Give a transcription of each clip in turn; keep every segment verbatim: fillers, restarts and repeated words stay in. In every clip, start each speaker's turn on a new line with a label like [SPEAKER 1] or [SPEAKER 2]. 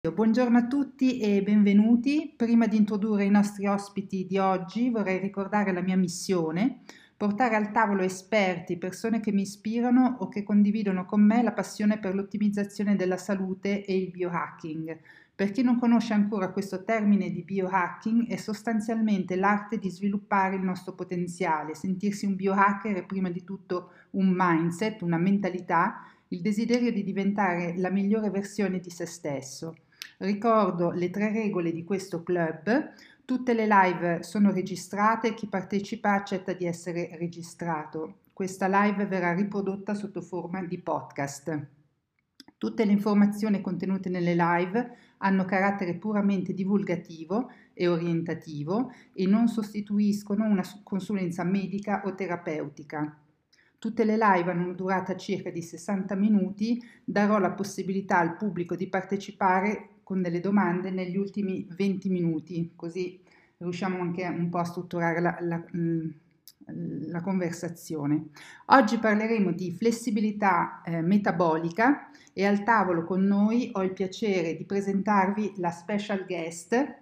[SPEAKER 1] Buongiorno a tutti e benvenuti. Prima di introdurre i nostri ospiti di oggi vorrei ricordare la mia missione: portare al tavolo esperti, persone che mi ispirano o che condividono con me la passione per l'ottimizzazione della salute e il biohacking. Per chi non conosce ancora questo termine di biohacking, è sostanzialmente l'arte di sviluppare il nostro potenziale. Sentirsi un biohacker è prima di tutto un mindset, una mentalità, il desiderio di diventare la migliore versione di se stesso. Ricordo le tre regole di questo club: tutte le live sono registrate, chi partecipa accetta di essere registrato. Questa live verrà riprodotta sotto forma di podcast. Tutte le informazioni contenute nelle live hanno carattere puramente divulgativo e orientativo e non sostituiscono una consulenza medica o terapeutica. Tutte le live hanno una durata circa di sessanta minuti. Darò la possibilità al pubblico di partecipare con delle domande negli ultimi venti minuti, così riusciamo anche un po' a strutturare la, la, la conversazione. Oggi parleremo di flessibilità eh, metabolica e al tavolo con noi ho il piacere di presentarvi la special guest,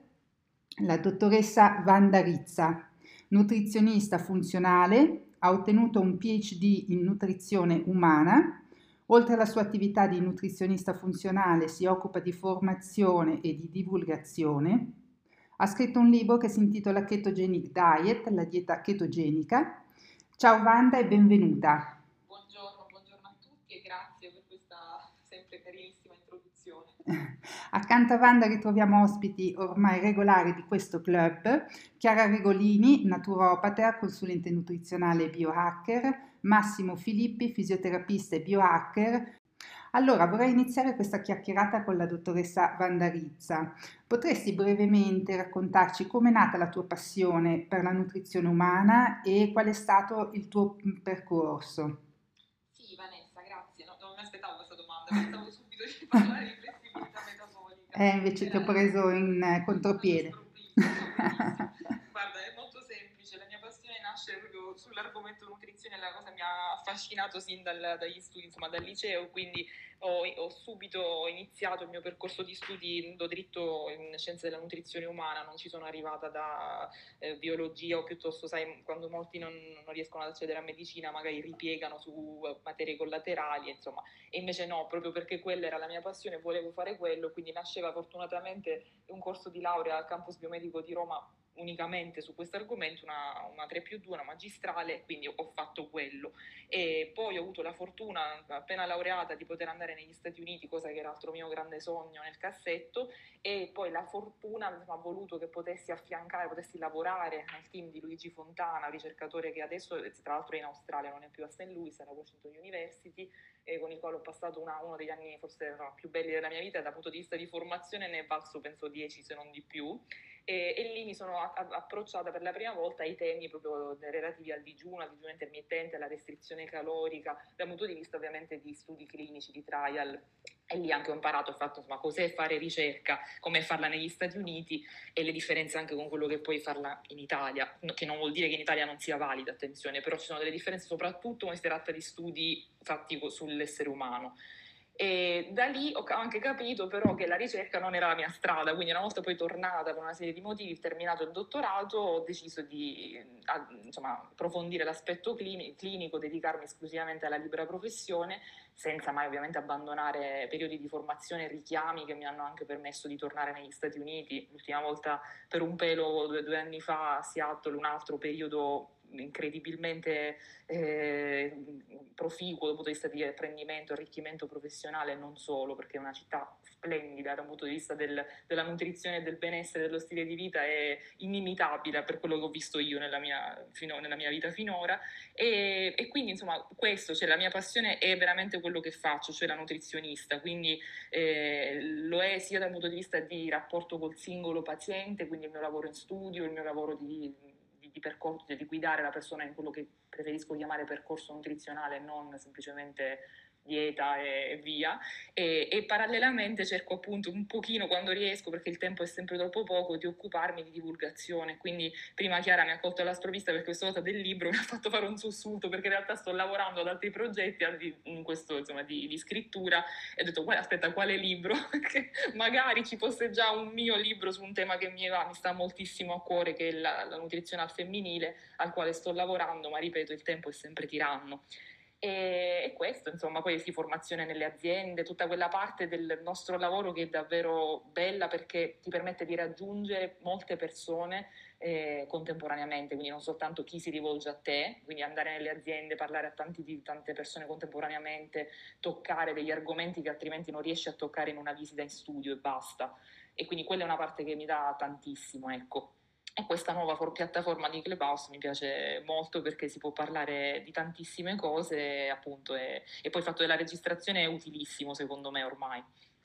[SPEAKER 1] la dottoressa Wanda Rizza, nutrizionista funzionale, ha ottenuto un P H D in nutrizione umana. Oltre alla sua attività di nutrizionista funzionale, si occupa di formazione e di divulgazione. Ha scritto un libro che si intitola Ketogenic Diet, la dieta chetogenica. Ciao Wanda e benvenuta.
[SPEAKER 2] Buongiorno, buongiorno a tutti e grazie per questa sempre carinissima introduzione.
[SPEAKER 1] Accanto a Wanda ritroviamo ospiti ormai regolari di questo club: Chiara Regolini, naturopata, consulente nutrizionale e biohacker; Massimo Filippi, fisioterapista e biohacker. Allora, vorrei iniziare questa chiacchierata con la dottoressa Wanda Rizza. Potresti brevemente raccontarci com'è nata la tua passione per la nutrizione umana e qual è stato il tuo percorso?
[SPEAKER 2] Sì, Vanessa, grazie. No, non mi aspettavo questa domanda, pensavo subito di parlare di flessibilità metabolica.
[SPEAKER 1] Eh, invece ti ho
[SPEAKER 2] Era,
[SPEAKER 1] preso in eh,
[SPEAKER 2] allo
[SPEAKER 1] contropiede.
[SPEAKER 2] sprovvisto, benissimo. Guarda, è molto semplice, la mia passione nasce proprio sull'argomento nutrizione, la cosa mi ha affascinato sin dal, dagli studi, insomma, dal liceo, quindi ho, ho subito iniziato il mio percorso di studi, andò dritto in scienze della nutrizione umana, non ci sono arrivata da eh, biologia o piuttosto, sai, quando molti non, non riescono ad accedere a medicina magari ripiegano su eh, materie collaterali, insomma, e invece no, proprio perché quella era la mia passione, volevo fare quello, quindi nasceva fortunatamente un corso di laurea al campus biomedico di Roma unicamente su questo argomento, una, una tre più due, una magistrale, quindi ho fatto quello. E poi ho avuto la fortuna, appena laureata, di poter andare negli Stati Uniti, cosa che era altro mio grande sogno nel cassetto, e poi la fortuna insomma, ha voluto che potessi affiancare, potessi lavorare nel team di Luigi Fontana, ricercatore che adesso tra l'altro è in Australia, non è più a Saint Louis, alla Washington University, eh, con il quale ho passato una, uno degli anni forse no, più belli della mia vita. Dal punto di vista di formazione ne è valso penso dieci se non di più, e, e lì mi sono a, a, approcciata per la prima volta ai temi proprio relativi al digiuno, al digiuno intermittente, alla restrizione calorica, dal punto di vista ovviamente di studi clinici, di trial. E lì anche ho imparato, ho fatto insomma cos'è fare ricerca, come farla negli Stati Uniti e le differenze anche con quello che puoi farla in Italia, che non vuol dire che in Italia non sia valida, attenzione, però ci sono delle differenze soprattutto quando si tratta di studi fatti sull'essere umano. E da lì ho anche capito però che la ricerca non era la mia strada, quindi una volta poi tornata per una serie di motivi, terminato il dottorato, ho deciso di insomma, approfondire l'aspetto clinico, dedicarmi esclusivamente alla libera professione, senza mai ovviamente abbandonare periodi di formazione e richiami che mi hanno anche permesso di tornare negli Stati Uniti, l'ultima volta per un pelo due, due anni fa a Seattle, un altro periodo incredibilmente eh, proficuo dal punto di vista di apprendimento, arricchimento professionale, non solo, perché è una città splendida dal punto di vista del, della nutrizione e del benessere, dello stile di vita, è inimitabile per quello che ho visto io nella mia, fino, nella mia vita finora, e, e quindi insomma questo, cioè la mia passione è veramente quello che faccio, cioè la nutrizionista, quindi eh, lo è sia dal punto di vista di rapporto col singolo paziente, quindi il mio lavoro in studio, il mio lavoro di di percorso, di guidare la persona in quello che preferisco chiamare percorso nutrizionale, non semplicemente dieta e via, e, e parallelamente cerco appunto un pochino quando riesco, perché il tempo è sempre troppo poco, di occuparmi di divulgazione. Quindi prima Chiara mi ha colto all'astrovista per questa volta del libro, mi ha fatto fare un sussulto perché in realtà sto lavorando ad altri progetti in questo, insomma, di, di scrittura, e ho detto aspetta, quale libro? Perché magari ci fosse già un mio libro su un tema che mi, va, mi sta moltissimo a cuore, che è la, la nutrizione al femminile, al quale sto lavorando, ma ripeto, il tempo è sempre tiranno. E, e questo, insomma, poi sì, formazione nelle aziende, tutta quella parte del nostro lavoro che è davvero bella, perché ti permette di raggiungere molte persone eh, contemporaneamente, quindi non soltanto chi si rivolge a te, quindi andare nelle aziende, parlare a tanti, di tante persone contemporaneamente, toccare degli argomenti che altrimenti non riesci a toccare in una visita in studio e basta. E quindi quella è una parte che mi dà tantissimo, ecco. E questa nuova for- piattaforma di Clubhouse mi piace molto perché si può parlare di tantissime cose, appunto, e, e poi il fatto della registrazione è utilissimo secondo me ormai.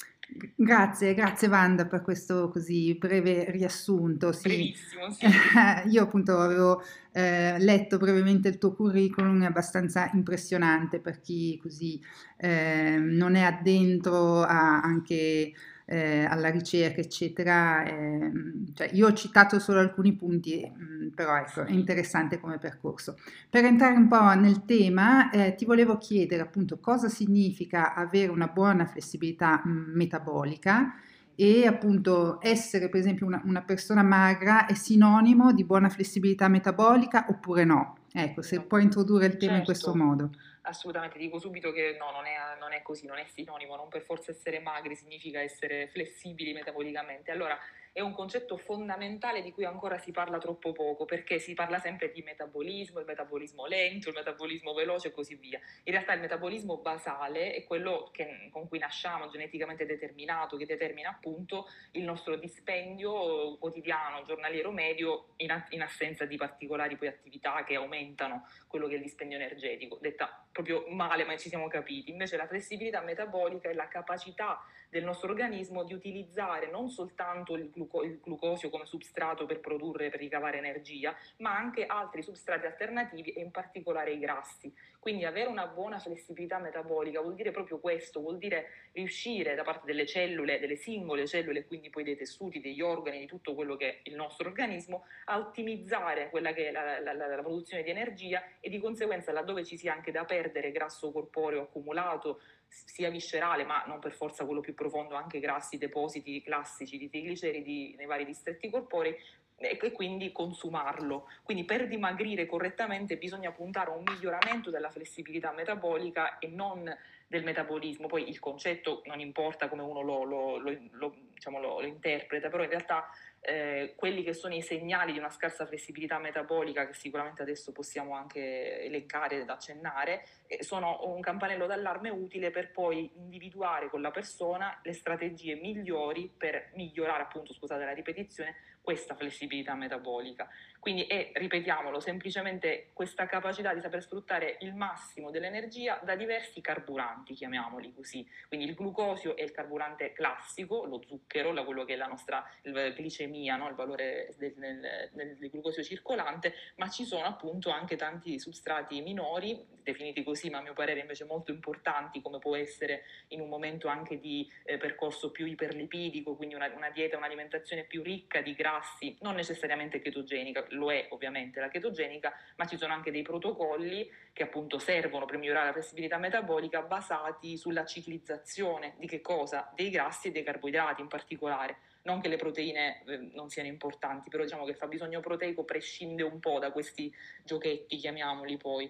[SPEAKER 1] Grazie, grazie Wanda per questo così breve riassunto. Sì.
[SPEAKER 2] Brevissimo, sì.
[SPEAKER 1] Io appunto avevo eh, letto brevemente il tuo curriculum, è abbastanza impressionante per chi così eh, non è addentro a anche eh, alla ricerca, eccetera. Eh, cioè io ho citato solo alcuni punti, mh, però ecco, è interessante come percorso. Per entrare un po' nel tema, eh, ti volevo chiedere appunto cosa significa avere una buona flessibilità mh, metabolica, e appunto essere per esempio una, una persona magra è sinonimo di buona flessibilità metabolica oppure no? Ecco, se
[SPEAKER 2] No.
[SPEAKER 1] puoi introdurre il tema
[SPEAKER 2] Certo.
[SPEAKER 1] in questo modo.
[SPEAKER 2] Assolutamente, dico subito che no, non è, non è così, non è sinonimo, non per forza essere magri significa essere flessibili metabolicamente. Allora, è un concetto fondamentale di cui ancora si parla troppo poco, perché si parla sempre di metabolismo, il metabolismo lento, il metabolismo veloce e così via. In realtà il metabolismo basale è quello che, con cui nasciamo, geneticamente determinato, che determina appunto il nostro dispendio quotidiano, giornaliero medio, in, in assenza di particolari poi attività che aumentano quello che è il dispendio energetico, detta proprio male, ma ci siamo capiti. Invece la flessibilità metabolica è la capacità del nostro organismo di utilizzare non soltanto il, gluco- il glucosio come substrato per produrre, per ricavare energia, ma anche altri substrati alternativi e in particolare i grassi. Quindi avere una buona flessibilità metabolica vuol dire proprio questo, vuol dire riuscire da parte delle cellule, delle singole cellule, quindi poi dei tessuti, degli organi, di tutto quello che è il nostro organismo, a ottimizzare quella che è la, la, la, la produzione di energia, e di conseguenza laddove ci sia anche da perdere grasso corporeo accumulato, sia viscerale ma non per forza quello più profondo, anche grassi, depositi classici di trigliceridi nei vari distretti corporei, e quindi consumarlo. Quindi per dimagrire correttamente bisogna puntare a un miglioramento della flessibilità metabolica e non del metabolismo. Poi il concetto non importa come uno lo, lo, lo, lo, diciamo, lo, lo interpreta, però in realtà eh, quelli che sono i segnali di una scarsa flessibilità metabolica, che sicuramente adesso possiamo anche elencare ed accennare, eh, sono un campanello d'allarme utile per poi individuare con la persona le strategie migliori per migliorare, appunto, scusate la ripetizione, questa flessibilità metabolica. Quindi è, ripetiamolo, semplicemente questa capacità di saper sfruttare il massimo dell'energia da diversi carburanti, chiamiamoli così. Quindi il glucosio è il carburante classico, lo zucchero, la, quello che è la nostra il glicemia, no? Il valore del, del, del, del glucosio circolante, ma ci sono appunto anche tanti substrati minori, definiti così, ma a mio parere invece molto importanti, come può essere in un momento anche di eh, percorso più iperlipidico, quindi una, una dieta, un'alimentazione più ricca di grassi, non necessariamente chetogenica, lo è ovviamente la chetogenica, ma ci sono anche dei protocolli che appunto servono per migliorare la flessibilità metabolica, basati sulla ciclizzazione di che cosa? Dei grassi e dei carboidrati in particolare. Non che le proteine eh, non siano importanti, però diciamo che il fabbisogno proteico prescinde un po' da questi giochetti, chiamiamoli poi.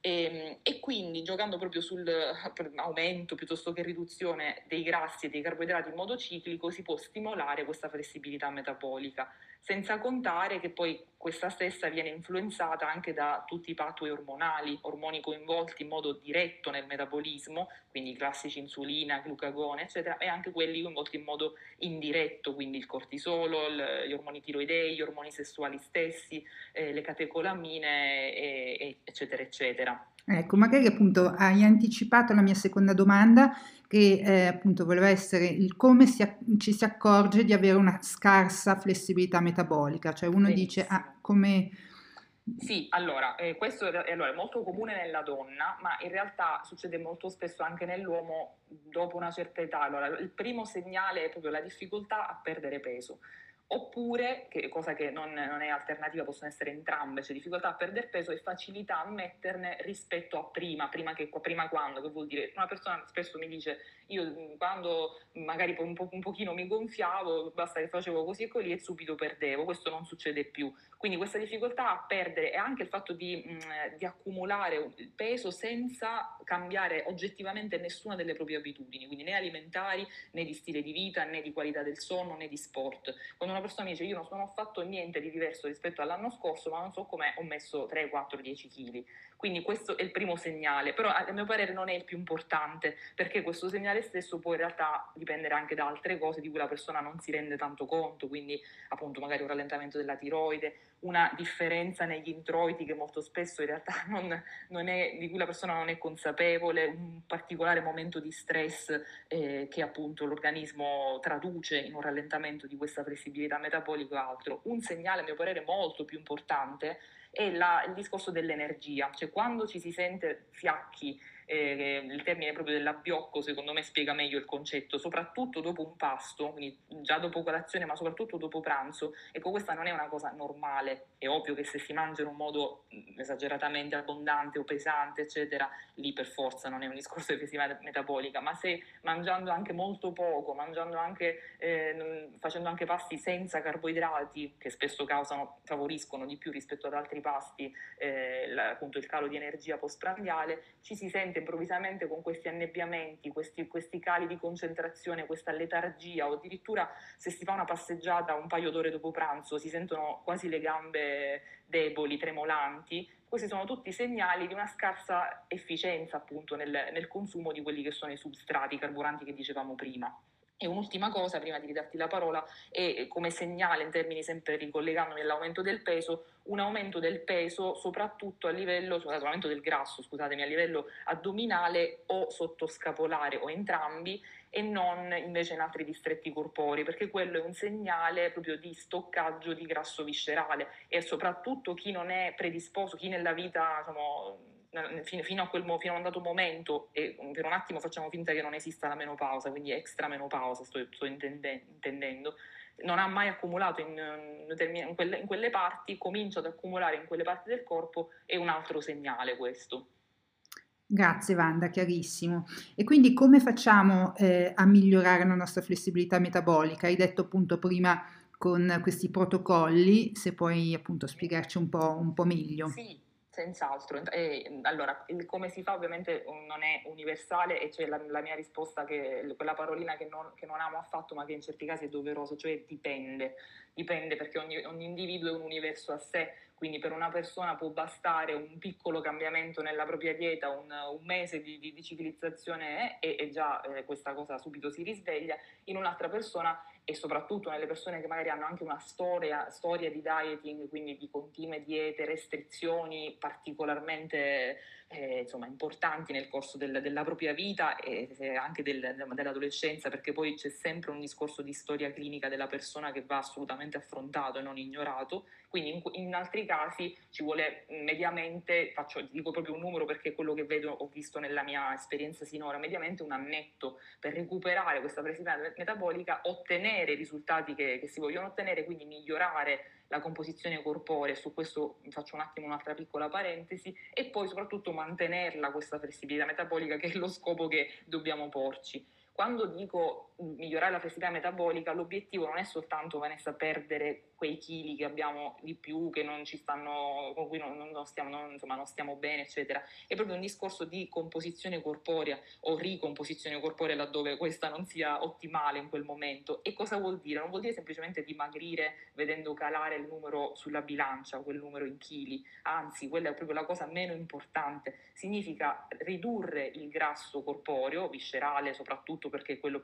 [SPEAKER 2] E, e quindi giocando proprio sull'aumento piuttosto che riduzione dei grassi e dei carboidrati in modo ciclico si può stimolare questa flessibilità metabolica, senza contare che poi questa stessa viene influenzata anche da tutti i pathway ormonali, ormoni coinvolti in modo diretto nel metabolismo, quindi i classici insulina, glucagone, eccetera, e anche quelli coinvolti in modo indiretto, quindi il cortisolo, il, gli ormoni tiroidei, gli ormoni sessuali stessi, eh, le catecolamine, e, e, eccetera, eccetera.
[SPEAKER 1] Ecco, magari appunto hai anticipato la mia seconda domanda, che eh, appunto voleva essere il come si, ci si accorge di avere una scarsa flessibilità metabolica, cioè uno Benissimo. dice, ah, come,
[SPEAKER 2] Sì, allora, eh, questo è, allora, è molto comune nella donna, ma in realtà succede molto spesso anche nell'uomo dopo una certa età. Allora, il primo segnale è proprio la difficoltà a perdere peso. Oppure, che, cosa che non, non è alternativa, possono essere entrambe, cioè difficoltà a perdere peso e facilità a metterne rispetto a prima, prima, che, prima quando, che vuol dire, una persona spesso mi dice, io quando magari un, po', un pochino mi gonfiavo, basta che facevo così e così e subito perdevo, questo non succede più. Quindi questa difficoltà a perdere e anche il fatto di, mh, di accumulare il peso senza cambiare oggettivamente nessuna delle proprie abitudini, quindi né alimentari, né di stile di vita, né di qualità del sonno, né di sport. Quando una persona mi dice io non ho fatto niente di diverso rispetto all'anno scorso, ma non so come ho messo tre, quattro, dieci chili. Quindi questo è il primo segnale, però a mio parere non è il più importante, perché questo segnale stesso può in realtà dipendere anche da altre cose di cui la persona non si rende tanto conto, quindi appunto magari un rallentamento della tiroide, una differenza negli introiti che molto spesso in realtà non, non è, di cui la persona non è consapevole, un particolare momento di stress eh, che appunto l'organismo traduce in un rallentamento di questa flessibilità metabolica o altro. Un segnale a mio parere molto più importante è la, il discorso dell'energia, cioè quando ci si sente fiacchi, eh, il termine proprio dell'abbiocco secondo me spiega meglio il concetto, soprattutto dopo un pasto, quindi già dopo colazione ma soprattutto dopo pranzo, ecco questa non è una cosa normale, è ovvio che se si mangia in un modo esageratamente abbondante o pesante eccetera, lì per forza non è un discorso di flessibilità metabolica, ma se mangiando anche molto poco, mangiando anche, eh, facendo anche pasti senza carboidrati che spesso causano, favoriscono di più rispetto ad altri pasti eh, la, appunto il calo di energia postprandiale, ci si sente improvvisamente con questi annebbiamenti, questi, questi cali di concentrazione, questa letargia o addirittura se si fa una passeggiata un paio d'ore dopo pranzo si sentono quasi le gambe deboli, tremolanti. Questi sono tutti segnali di una scarsa efficienza appunto nel, nel consumo di quelli che sono i substrati, i carburanti che dicevamo prima. E un'ultima cosa, prima di ridarti la parola, è come segnale, in termini sempre ricollegandomi all'aumento del peso, un aumento del peso soprattutto a livello, scusate, un aumento del grasso, scusatemi, a livello addominale o sottoscapolare o entrambi, e non invece in altri distretti corporei, perché quello è un segnale proprio di stoccaggio di grasso viscerale e soprattutto chi non è predisposto, chi nella vita, diciamo, fino a, quel, fino a un dato momento, e per un attimo facciamo finta che non esista la menopausa, quindi extra menopausa sto, sto intende, intendendo, non ha mai accumulato in, in, quelle, in quelle parti, comincia ad accumulare in quelle parti del corpo, è un altro segnale questo.
[SPEAKER 1] Grazie Wanda, chiarissimo. E quindi come facciamo eh, a migliorare la nostra flessibilità metabolica? Hai detto appunto prima con questi protocolli, se puoi appunto spiegarci un po', un po' meglio.
[SPEAKER 2] Sì, senz'altro. E, allora, il come si fa ovviamente non è universale e c'è la, la mia risposta, che quella parolina che non, che non amo affatto, ma che in certi casi è doveroso, cioè dipende. Dipende perché ogni, ogni individuo è un universo a sé, quindi per una persona può bastare un piccolo cambiamento nella propria dieta, un, un mese di, di, di ciclizzazione eh, e, e già eh, questa cosa subito si risveglia, in un'altra persona e soprattutto nelle persone che magari hanno anche una storia, storia di dieting, quindi di continue diete, restrizioni particolarmente eh, insomma, importanti nel corso del, della propria vita e anche del, dell'adolescenza, perché poi c'è sempre un discorso di storia clinica della persona che va assolutamente affrontato e non ignorato. Quindi in, in altri casi ci vuole mediamente, faccio, dico proprio un numero perché è quello che vedo, ho visto nella mia esperienza sinora, mediamente un annetto per recuperare questa flessibilità metabolica, ottenere i risultati che, che si vogliono ottenere, quindi migliorare la composizione corporea, su questo faccio un attimo un'altra piccola parentesi, e poi soprattutto mantenerla questa flessibilità metabolica che è lo scopo che dobbiamo porci. Quando dico migliorare la flessibilità metabolica, l'obiettivo non è soltanto, Vanessa, perdere quei chili che abbiamo di più, che non ci stanno, con cui non, non, stiamo, non, insomma, non stiamo bene, eccetera. È proprio un discorso di composizione corporea o ricomposizione corporea laddove questa non sia ottimale in quel momento. E cosa vuol dire? Non vuol dire semplicemente dimagrire vedendo calare il numero sulla bilancia, quel numero in chili, anzi, quella è proprio la cosa meno importante. Significa ridurre il grasso corporeo, viscerale soprattutto perché è quello più infiammabile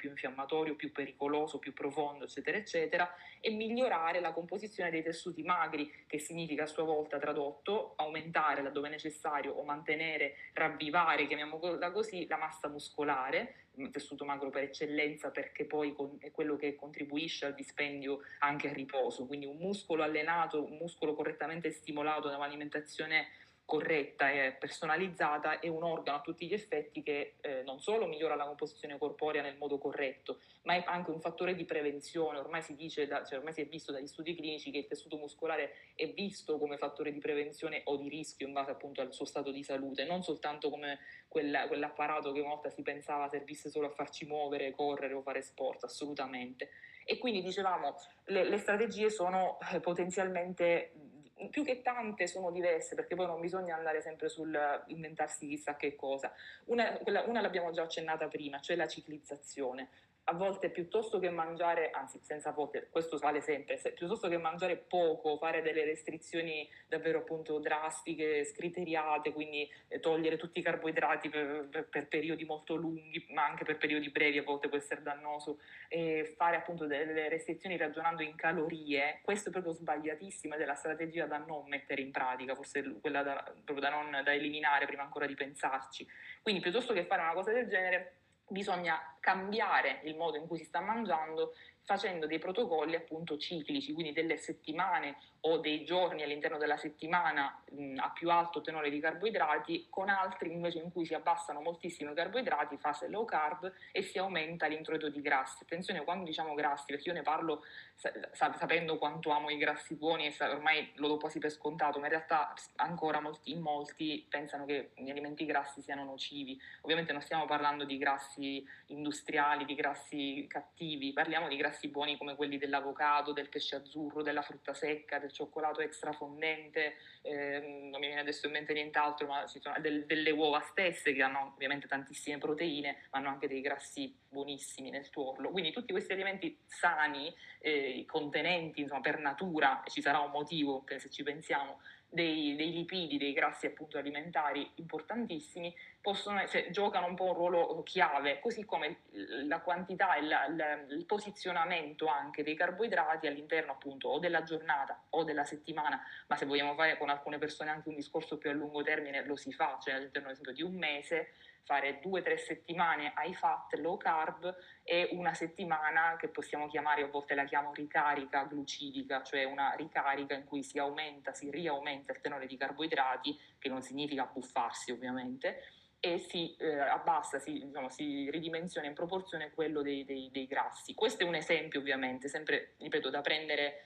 [SPEAKER 2] infiammatorio, più pericoloso, più profondo, eccetera, eccetera, e migliorare la composizione dei tessuti magri, che significa a sua volta tradotto aumentare laddove necessario o mantenere, ravvivare, chiamiamola così, la massa muscolare, il tessuto magro per eccellenza, perché poi è quello che contribuisce al dispendio anche a riposo, quindi un muscolo allenato, un muscolo correttamente stimolato da un'alimentazione corretta e personalizzata è un organo a tutti gli effetti che eh, non solo migliora la composizione corporea nel modo corretto, ma è anche un fattore di prevenzione. Ormai si dice, da, cioè ormai si è visto dagli studi clinici che il tessuto muscolare è visto come fattore di prevenzione o di rischio in base appunto al suo stato di salute, non soltanto come quella, quell'apparato che una volta si pensava servisse solo a farci muovere, correre o fare sport, assolutamente. E quindi dicevamo, le, le strategie sono eh, potenzialmente, più che tante, sono diverse, perché poi non bisogna andare sempre sul inventarsi chissà che cosa. Una, quella, una l'abbiamo già accennata prima, cioè la ciclizzazione. A volte piuttosto che mangiare, anzi senza a volte, questo vale sempre, se, piuttosto che mangiare poco, fare delle restrizioni davvero appunto drastiche, scriteriate, quindi eh, togliere tutti i carboidrati per, per, per periodi molto lunghi, ma anche per periodi brevi a volte può essere dannoso, e fare appunto delle restrizioni ragionando in calorie, questo è proprio sbagliatissimo ed è la strategia da non mettere in pratica, forse quella da, proprio da, non, da eliminare prima ancora di pensarci. Quindi piuttosto che fare una cosa del genere bisogna cambiare il modo in cui si sta mangiando, facendo dei protocolli appunto ciclici, quindi delle settimane o dei giorni all'interno della settimana mh, a più alto tenore di carboidrati, con altri invece in cui si abbassano moltissimo i carboidrati, fase low carb, e si aumenta l'introito di grassi. Attenzione quando diciamo grassi, perché io ne parlo sa- sapendo quanto amo i grassi buoni e sa- ormai lo do quasi per scontato, ma in realtà ancora molti, in molti pensano che gli alimenti grassi siano nocivi. Ovviamente non stiamo parlando di grassi industriali, di grassi cattivi, parliamo di grassi buoni come quelli dell'avocado, del pesce azzurro, della frutta secca, del cioccolato extra fondente, ehm, non mi viene adesso in mente nient'altro, ma ci sono del, delle uova stesse che hanno ovviamente tantissime proteine, ma hanno anche dei grassi buonissimi nel tuorlo. Quindi tutti questi alimenti sani, eh, contenenti insomma per natura, e ci sarà un motivo che se ci pensiamo, dei, dei lipidi, dei grassi appunto alimentari importantissimi, possono essere, giocano un po' un ruolo chiave, così come la quantità e la, la, il posizionamento anche dei carboidrati all'interno appunto o della giornata o della settimana, ma se vogliamo fare con alcune persone anche un discorso più a lungo termine lo si fa, cioè all'interno ad esempio di un mese fare due o tre settimane high fat, low carb, e una settimana che possiamo chiamare, a volte la chiamo ricarica glucidica, cioè una ricarica in cui si aumenta, si riaumenta il tenore di carboidrati, che non significa buffarsi ovviamente, e si eh, abbassa, si, diciamo, si ridimensiona in proporzione quello dei, dei, dei grassi. Questo è un esempio ovviamente, sempre, ripeto, da prendere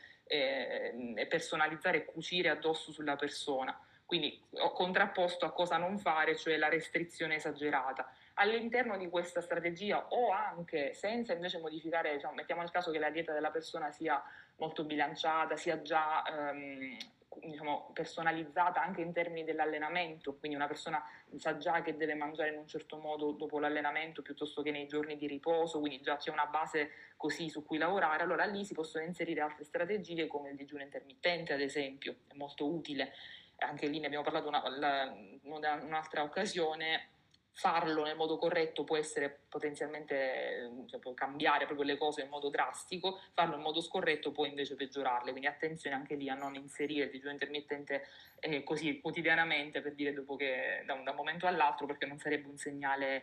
[SPEAKER 2] eh, e personalizzare e cucire addosso sulla persona. Quindi ho contrapposto a cosa non fare, cioè la restrizione esagerata. All'interno di questa strategia, o anche senza invece modificare, diciamo, mettiamo il caso che la dieta della persona sia molto bilanciata, sia già ehm, diciamo, personalizzata anche in termini dell'allenamento, quindi una persona sa già che deve mangiare in un certo modo dopo l'allenamento piuttosto che nei giorni di riposo, quindi già c'è una base così su cui lavorare, allora lì si possono inserire altre strategie come il digiuno intermittente, ad esempio, è molto utile. Anche lì ne abbiamo parlato una, la, un'altra occasione. Farlo nel modo corretto può essere potenzialmente, cioè può cambiare proprio le cose in modo drastico, farlo in modo scorretto può invece peggiorarle, quindi attenzione anche lì a non inserire il digiuno intermittente eh, così quotidianamente, per dire dopo che da un, da un momento all'altro, perché non sarebbe un segnale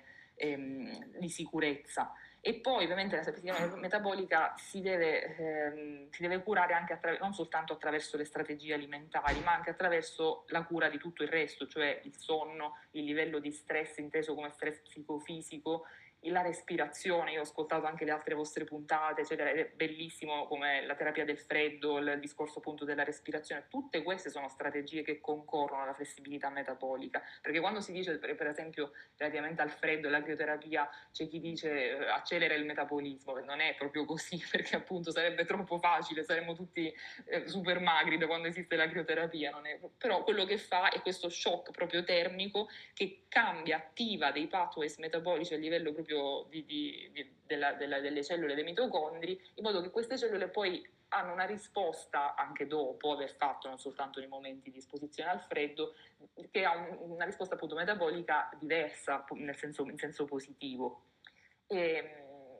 [SPEAKER 2] ehm, di sicurezza. E poi ovviamente la sapidità metabolica si deve, ehm, si deve curare anche attra- non soltanto attraverso le strategie alimentari, ma anche attraverso la cura di tutto il resto, cioè il sonno, il livello di stress inteso come stress psicofisico, la respirazione. Io ho ascoltato anche le altre vostre puntate, eccetera, ed è bellissimo come la terapia del freddo, il discorso appunto della respirazione. Tutte queste sono strategie che concorrono alla flessibilità metabolica, perché quando si dice per, per esempio relativamente al freddo e alla crioterapia c'è chi dice eh, accelera il metabolismo, non è proprio così, perché appunto sarebbe troppo facile, saremmo tutti eh, super magri da quando esiste la crioterapia, non è, però quello che fa è questo shock proprio termico che cambia, attiva dei pathways metabolici a livello proprio di, di, di, della, della, delle cellule dei mitocondri, in modo che queste cellule poi hanno una risposta anche dopo aver fatto, non soltanto nei momenti di esposizione al freddo, che ha un, una risposta appunto metabolica diversa nel senso, in senso positivo. E,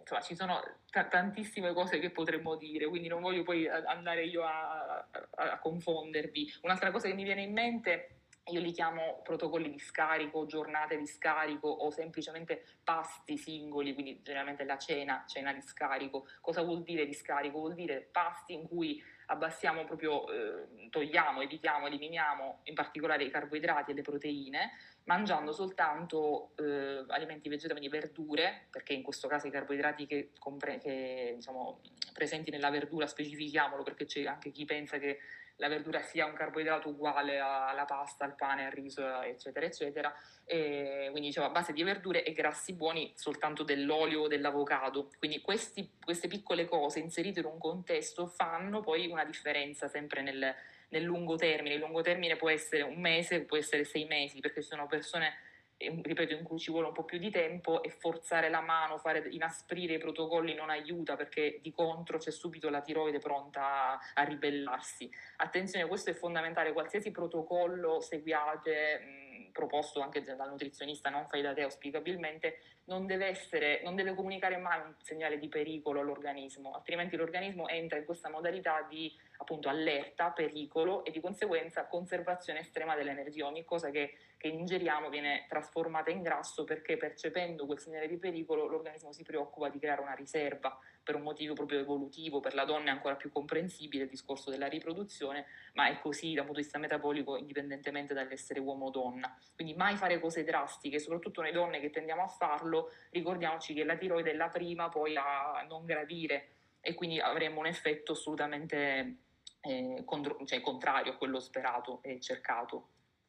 [SPEAKER 2] insomma, ci sono t- tantissime cose che potremmo dire, quindi non voglio poi andare io a, a, a confondervi. Un'altra cosa che mi viene in mente, io li chiamo protocolli di scarico, giornate di scarico o semplicemente pasti singoli, quindi generalmente la cena, cena di scarico. Cosa vuol dire di scarico? Vuol dire pasti in cui abbassiamo proprio, eh, togliamo, evitiamo, eliminiamo in particolare i carboidrati e le proteine, mangiando soltanto eh, alimenti vegetali, verdure, perché in questo caso i carboidrati che, compre- che diciamo, presenti nella verdura, specifichiamolo, perché c'è anche chi pensa che la verdura sia un carboidrato uguale alla pasta, al pane, al riso, eccetera, eccetera. E quindi dicevo a base di verdure e grassi buoni soltanto dell'olio o dell'avocado. Quindi questi, queste piccole cose inserite in un contesto fanno poi una differenza sempre nel, nel lungo termine. Il lungo termine può essere un mese, può essere sei mesi, perché ci sono persone, ripeto, in cui ci vuole un po' più di tempo e forzare la mano, fare, inasprire i protocolli non aiuta, perché di contro c'è subito la tiroide pronta a, a ribellarsi. Attenzione, questo è fondamentale, qualsiasi protocollo seguiate, mh, proposto anche dal nutrizionista, non fai da te auspicabilmente, non deve essere, non deve comunicare mai un segnale di pericolo all'organismo, altrimenti l'organismo entra in questa modalità di appunto allerta, pericolo e di conseguenza conservazione estrema dell'energia. Ogni cosa che, che ingeriamo viene trasformata in grasso, perché percependo quel segnale di pericolo l'organismo si preoccupa di creare una riserva, per un motivo proprio evolutivo. Per la donna è ancora più comprensibile il discorso della riproduzione, ma è così dal punto di vista metabolico indipendentemente dall'essere uomo o donna. Quindi mai fare cose drastiche, soprattutto noi donne che tendiamo a farlo, ricordiamoci che la tiroide è la prima poi a non gradire e quindi avremo un effetto assolutamente eh, contro- cioè, contrario a quello sperato e cercato.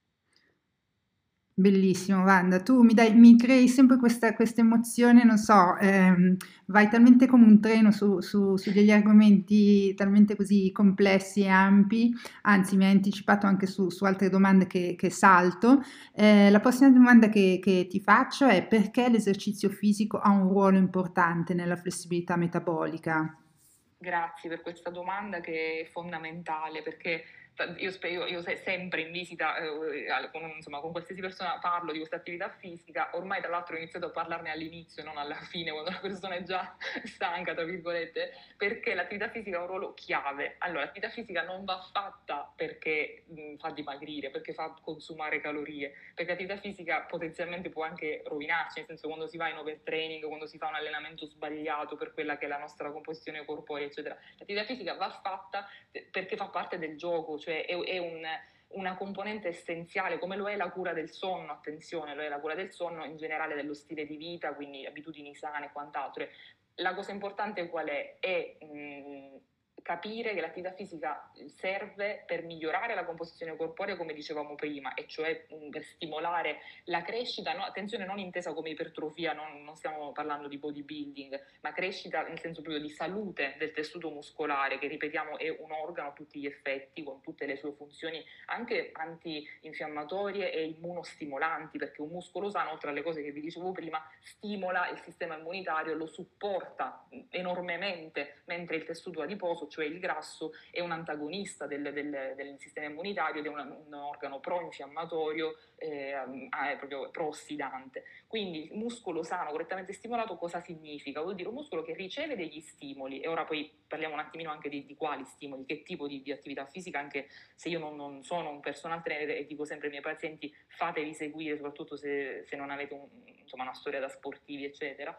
[SPEAKER 1] Bellissimo, Wanda, tu mi dai, mi crei sempre questa, questa emozione, non so, ehm, vai talmente come un treno su, su- su degli argomenti talmente così complessi e ampi, anzi mi hai anticipato anche su, su altre domande che, che salto. Eh, la prossima domanda che, che ti faccio è: perché l'esercizio fisico ha un ruolo importante nella flessibilità metabolica?
[SPEAKER 2] Grazie per questa domanda che è fondamentale, perché io, spe- io- io se- sempre in visita, eh, al- con, insomma, con qualsiasi persona parlo di questa attività fisica. Ormai tra l'altro ho iniziato a parlarne all'inizio e non alla fine, quando la persona è già stanca, tra virgolette, perché l'attività fisica ha un ruolo chiave. Allora, l'attività fisica non va fatta perché mh, fa dimagrire, perché fa consumare calorie, perché l'attività fisica potenzialmente può anche rovinarci, nel senso, quando si va in overtraining, quando si fa un allenamento sbagliato per quella che è la nostra composizione corporea, eccetera. L'attività fisica va fatta perché fa parte del gioco, cioè è, è un, una componente essenziale, come lo è la cura del sonno. Attenzione, lo è la cura del sonno in generale, dello stile di vita, quindi abitudini sane e quant'altro. La cosa importante qual è? È mh, capire che l'attività fisica serve per migliorare la composizione corporea, come dicevamo prima, e cioè mh, per stimolare la crescita, no, attenzione, non intesa come ipertrofia, non, non stiamo parlando di bodybuilding, ma crescita nel senso proprio di salute del tessuto muscolare, che ripetiamo è un organo a tutti gli effetti, con tutte le sue funzioni anche antinfiammatorie e immunostimolanti, perché un muscolo sano, oltre alle cose che vi dicevo prima, stimola il sistema immunitario, lo supporta enormemente, mentre il tessuto adiposo, cioè il grasso, è un antagonista del, del, del sistema immunitario ed è un, un organo pro-infiammatorio, eh, è proprio pro-ossidante. Quindi il muscolo sano, correttamente stimolato, cosa significa? Vuol dire un muscolo che riceve degli stimoli, e ora poi parliamo un attimino anche di, di quali stimoli, che tipo di, di attività fisica, anche se io non, non, sono un personal trainer e dico sempre ai miei pazienti fatevi seguire, soprattutto se, se non avete un, insomma, una storia da sportivi, eccetera.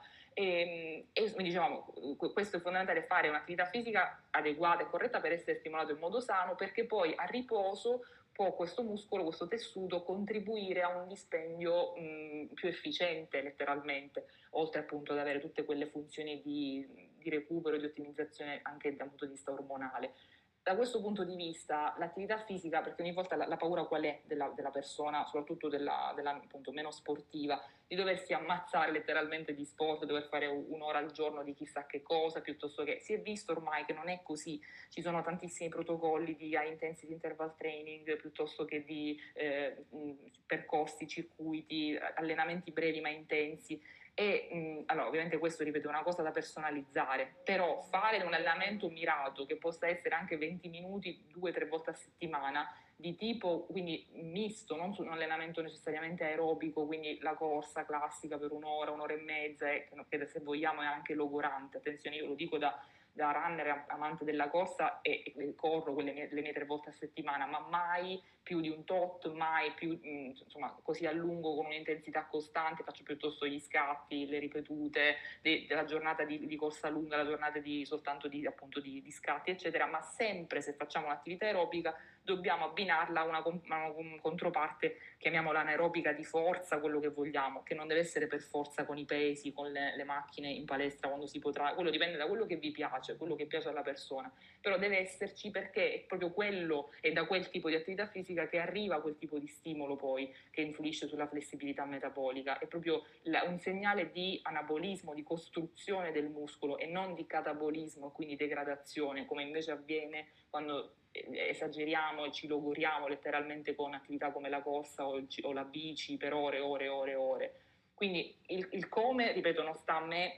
[SPEAKER 2] E, e come dicevamo, questo è fondamentale, fare un'attività fisica adeguata e corretta per essere stimolato in modo sano, perché poi a riposo può questo muscolo, questo tessuto contribuire a un dispendio mh, più efficiente letteralmente, oltre appunto ad avere tutte quelle funzioni di, di recupero, di ottimizzazione anche dal punto di vista ormonale. Da questo punto di vista l'attività fisica, perché ogni volta la, la paura qual è della, della persona, soprattutto della, della appunto meno sportiva, di doversi ammazzare letteralmente di sport, dover fare un'ora al giorno di chissà che cosa, piuttosto che si è visto ormai che non è così. Ci sono tantissimi protocolli di high intensity interval training, piuttosto che di eh, percorsi, circuiti, allenamenti brevi ma intensi, E mh, allora, ovviamente questo, ripeto, è una cosa da personalizzare, però fare un allenamento mirato che possa essere anche venti minuti, due o tre volte a settimana, di tipo quindi misto, non su un allenamento necessariamente aerobico, quindi la corsa classica per un'ora, un'ora e mezza, e che, che se vogliamo è anche logorante. Attenzione, io lo dico da, da runner amante della corsa e, e corro quelle mie, le mie tre volte a settimana, ma mai più di un tot, mai più, insomma, così a lungo con un'intensità costante. Faccio piuttosto gli scatti, le ripetute de, della giornata di, di corsa lunga, la giornata di, soltanto di, appunto, di, di scatti, eccetera, ma sempre se facciamo un'attività aerobica dobbiamo abbinarla a una, una, una controparte, chiamiamola anaerobica di forza, quello che vogliamo, che non deve essere per forza con i pesi, con le, le macchine in palestra quando si potrà, quello dipende da quello che vi piace, quello che piace alla persona, però deve esserci, perché è proprio quello, è da quel tipo di attività fisica che arriva quel tipo di stimolo poi che influisce sulla flessibilità metabolica. È proprio la, un segnale di anabolismo, di costruzione del muscolo e non di catabolismo, quindi degradazione, come invece avviene quando esageriamo e ci logoriamo letteralmente con attività come la corsa o, il, o la bici per ore e ore e ore e ore. Quindi il, il come, ripeto, non sta a me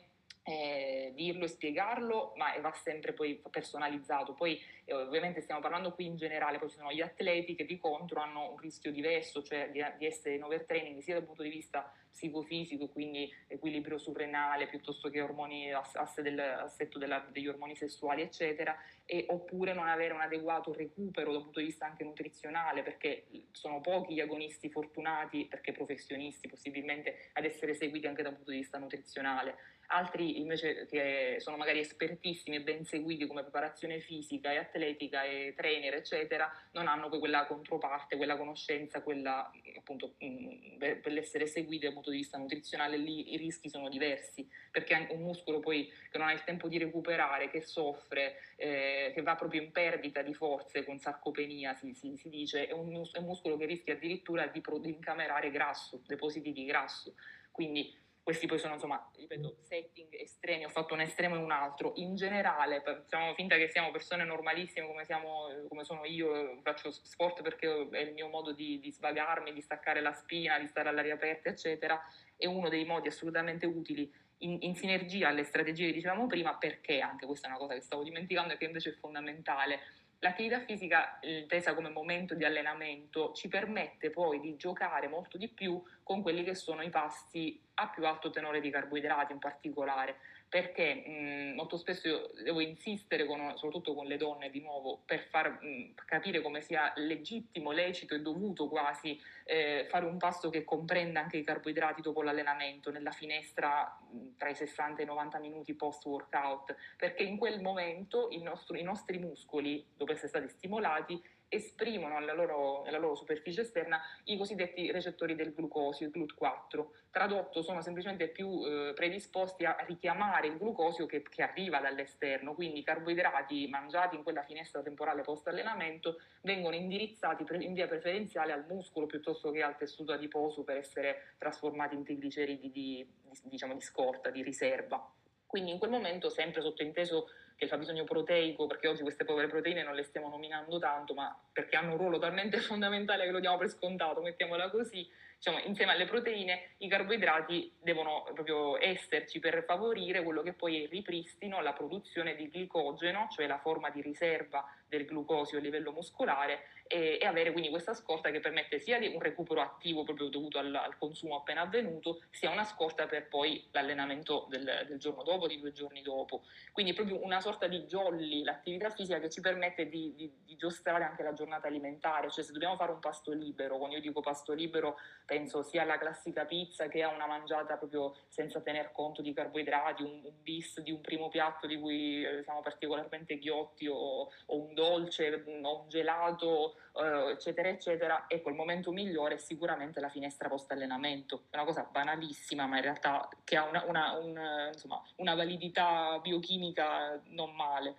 [SPEAKER 2] eh, dirlo e spiegarlo, ma va sempre poi personalizzato. Poi eh, ovviamente stiamo parlando qui in generale, poi ci sono gli atleti che di contro hanno un rischio diverso, cioè di, di essere in overtraining sia dal punto di vista psicofisico, quindi equilibrio surrenale piuttosto che ormoni, asse del, assetto della, degli ormoni sessuali, eccetera, e, oppure non avere un adeguato recupero dal punto di vista anche nutrizionale, perché sono pochi gli agonisti fortunati, perché professionisti possibilmente, ad essere seguiti anche dal punto di vista nutrizionale. Altri invece che sono magari espertissimi e ben seguiti come preparazione fisica e atletica e trainer eccetera, non hanno poi quella controparte, quella conoscenza, quella appunto per, per l'essere seguiti dal punto di vista nutrizionale. Lì i rischi sono diversi, perché anche un muscolo poi che non ha il tempo di recuperare, che soffre, eh, che va proprio in perdita di forze con sarcopenia si, si, si dice, è un, è un muscolo che rischia addirittura di, di incamerare grasso, depositi di grasso. Quindi questi poi sono, insomma, ripeto, setting estremi, ho fatto un estremo e un altro. In generale, facciamo finta che siamo persone normalissime come, siamo, come sono io, faccio sport perché è il mio modo di, di svagarmi, di staccare la spina, di stare all'aria aperta, eccetera. È uno dei modi assolutamente utili in, in sinergia alle strategie che dicevamo prima, perché anche questa è una cosa che stavo dimenticando e che invece è fondamentale. L'attività fisica intesa come momento di allenamento ci permette poi di giocare molto di più con quelli che sono i pasti a più alto tenore di carboidrati in particolare, perché mh, molto spesso io devo insistere, con, soprattutto con le donne di nuovo, per far mh, capire come sia legittimo, lecito e dovuto quasi eh, fare un pasto che comprenda anche i carboidrati dopo l'allenamento, nella finestra mh, tra i sessanta e i novanta minuti post workout, perché in quel momento il nostro, i nostri muscoli, dopo essere stati stimolati, esprimono nella loro, nella loro superficie esterna i cosiddetti recettori del glucosio, il G L U T quattro. Tradotto, sono semplicemente più eh, predisposti a richiamare il glucosio che, che arriva dall'esterno, quindi i carboidrati mangiati in quella finestra temporale post allenamento vengono indirizzati in via preferenziale al muscolo piuttosto che al tessuto adiposo per essere trasformati in trigliceridi di, di, diciamo, di scorta, di riserva. Quindi in quel momento, sempre sottointeso che il fabbisogno proteico, perché oggi queste povere proteine non le stiamo nominando tanto, ma perché hanno un ruolo talmente fondamentale che lo diamo per scontato, mettiamola così, diciamo, insieme alle proteine i carboidrati devono proprio esserci per favorire quello che poi è il ripristino, la produzione di glicogeno, cioè la forma di riserva del glucosio a livello muscolare, e, e avere quindi questa scorta che permette sia di un recupero attivo proprio dovuto al, al consumo appena avvenuto, sia una scorta per poi l'allenamento del, del giorno dopo, di due giorni dopo. Quindi è proprio una sorta di jolly, l'attività fisica che ci permette di, di, di giostrare anche la giornata alimentare, cioè se dobbiamo fare un pasto libero, quando io dico pasto libero penso sia alla classica pizza che a una mangiata proprio senza tener conto di carboidrati, un, un bis di un primo piatto di cui eh, siamo particolarmente ghiotti, o, o un dolce o un gelato, eh, eccetera eccetera. Ecco, il momento migliore è sicuramente la finestra post allenamento, è una cosa banalissima ma in realtà che ha una, una, un, insomma, una validità biochimica non male.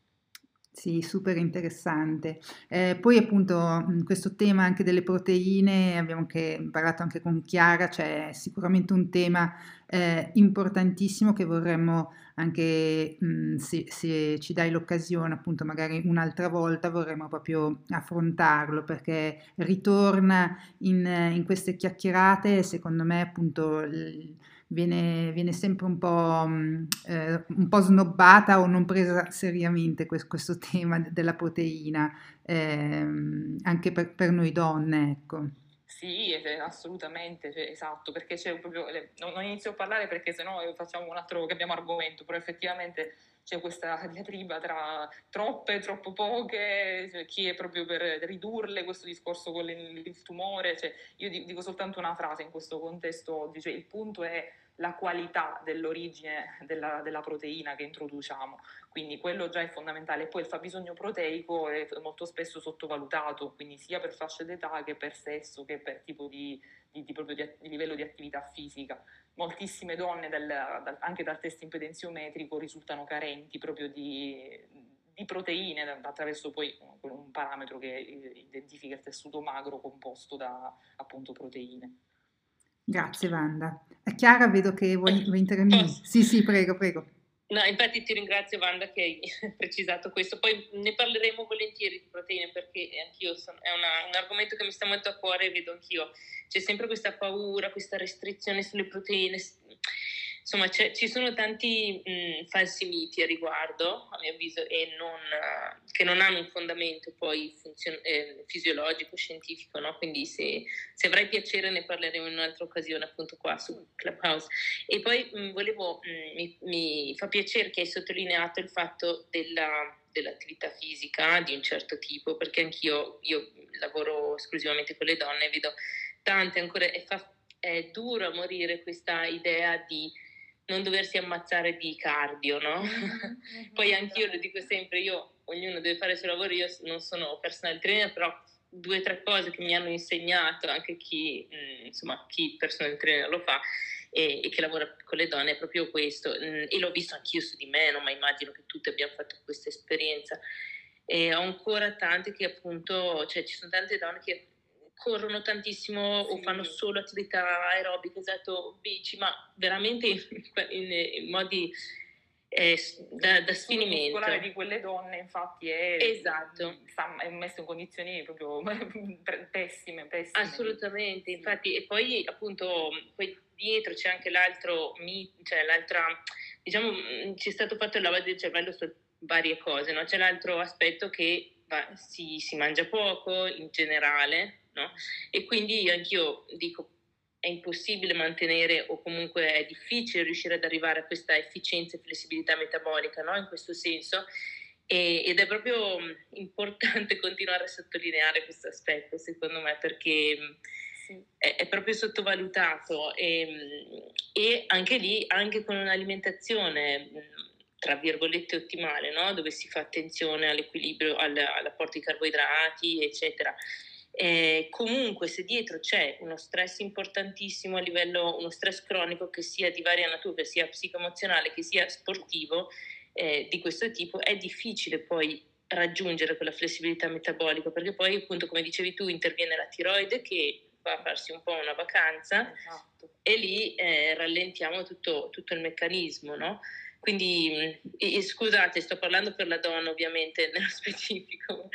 [SPEAKER 1] Sì, super interessante. Eh, poi appunto mh, questo tema anche delle proteine, abbiamo anche parlato anche con Chiara, c'è sicuramente un tema eh, importantissimo che vorremmo anche, mh, se, se ci dai l'occasione, appunto magari un'altra volta, vorremmo proprio affrontarlo, perché ritorna in, in queste chiacchierate, secondo me appunto il, viene, viene sempre un po', mh, eh, un po' snobbata o non presa seriamente quest- questo tema della proteina, ehm, anche per, per noi donne, ecco.
[SPEAKER 2] Sì, es- assolutamente, cioè, esatto, perché c'è proprio, le- non, non inizio a parlare perché sennò eh, facciamo un altro, cambiamo argomento, però effettivamente c'è questa diatriba tra troppe, troppo poche, cioè, chi è proprio per ridurle, questo discorso con il, il tumore, cioè, io di- dico soltanto una frase in questo contesto oggi, cioè, il punto è la qualità dell'origine della, della proteina che introduciamo, quindi quello già è fondamentale. Poi il fabbisogno proteico è molto spesso sottovalutato, quindi sia per fascia d'età che per sesso che per tipo di, di, di, proprio di, di livello di attività fisica. Moltissime donne, dal, dal, anche dal test impedenziometrico, risultano carenti proprio di, di proteine attraverso poi un parametro che identifica il tessuto magro composto da appunto proteine.
[SPEAKER 1] Grazie, Wanda. A Chiara vedo che vuoi, vuoi intervenire.
[SPEAKER 3] Posso?
[SPEAKER 1] Sì, sì, prego, prego.
[SPEAKER 3] No, infatti ti ringrazio Wanda che hai precisato questo, poi ne parleremo volentieri di proteine perché anch'io sono, è una, un argomento che mi sta molto a cuore e vedo anch'io, c'è sempre questa paura, questa restrizione sulle proteine, insomma ci sono tanti mh, falsi miti a riguardo, a mio avviso, e non, che non hanno un fondamento poi funzion- eh, fisiologico, scientifico, no? Quindi se, se avrai piacere ne parleremo in un'altra occasione appunto qua su Clubhouse. E poi mh, volevo, mh, mi, mi fa piacere che hai sottolineato il fatto della, dell'attività fisica di un certo tipo, perché anch'io io lavoro esclusivamente con le donne e vedo tante ancora, e fa, è duro a morire questa idea di non doversi ammazzare di cardio, no? Mm-hmm. Poi anch'io lo dico sempre, io, ognuno deve fare il suo lavoro, io non sono personal trainer, però due o tre cose che mi hanno insegnato anche chi, mh, insomma, chi personal trainer lo fa e, e che lavora con le donne è proprio questo, mh, e l'ho visto anch'io su di me, no? Ma immagino che tutti abbiamo fatto questa esperienza e ho ancora tante che appunto, cioè ci sono tante donne che corrono tantissimo sì. O fanno solo attività aerobiche, esatto, bici, ma veramente in, in, in modi eh, da, da sfinimento. Il
[SPEAKER 2] muscolare di quelle donne infatti è,
[SPEAKER 3] esatto.
[SPEAKER 2] è messo in condizioni proprio pessime, pessime.
[SPEAKER 3] Assolutamente, infatti, e poi appunto poi dietro c'è anche l'altro, cioè l'altra, diciamo, ci è stato fatto il lavaggio del cervello su varie cose, no? C'è l'altro aspetto che va, si, si mangia poco in generale, no? E quindi anch'io dico è impossibile mantenere o comunque è difficile riuscire ad arrivare a questa efficienza e flessibilità metabolica, no? In questo senso, e, ed è proprio importante continuare a sottolineare questo aspetto secondo me perché sì. è, è proprio sottovalutato e, e anche lì, anche con un'alimentazione tra virgolette ottimale, no? Dove si fa attenzione all'equilibrio, all, all'apporto di carboidrati, eccetera. Eh, comunque se dietro c'è uno stress importantissimo a livello, uno stress cronico che sia di varia natura, che sia psicoemozionale, che sia sportivo, eh, di questo tipo, è difficile poi raggiungere quella flessibilità metabolica, perché poi appunto come dicevi tu interviene la tiroide che va a farsi un po' una vacanza, esatto. E lì eh, rallentiamo tutto, tutto il meccanismo, no? Quindi, e, e, scusate, sto parlando per la donna ovviamente nello specifico,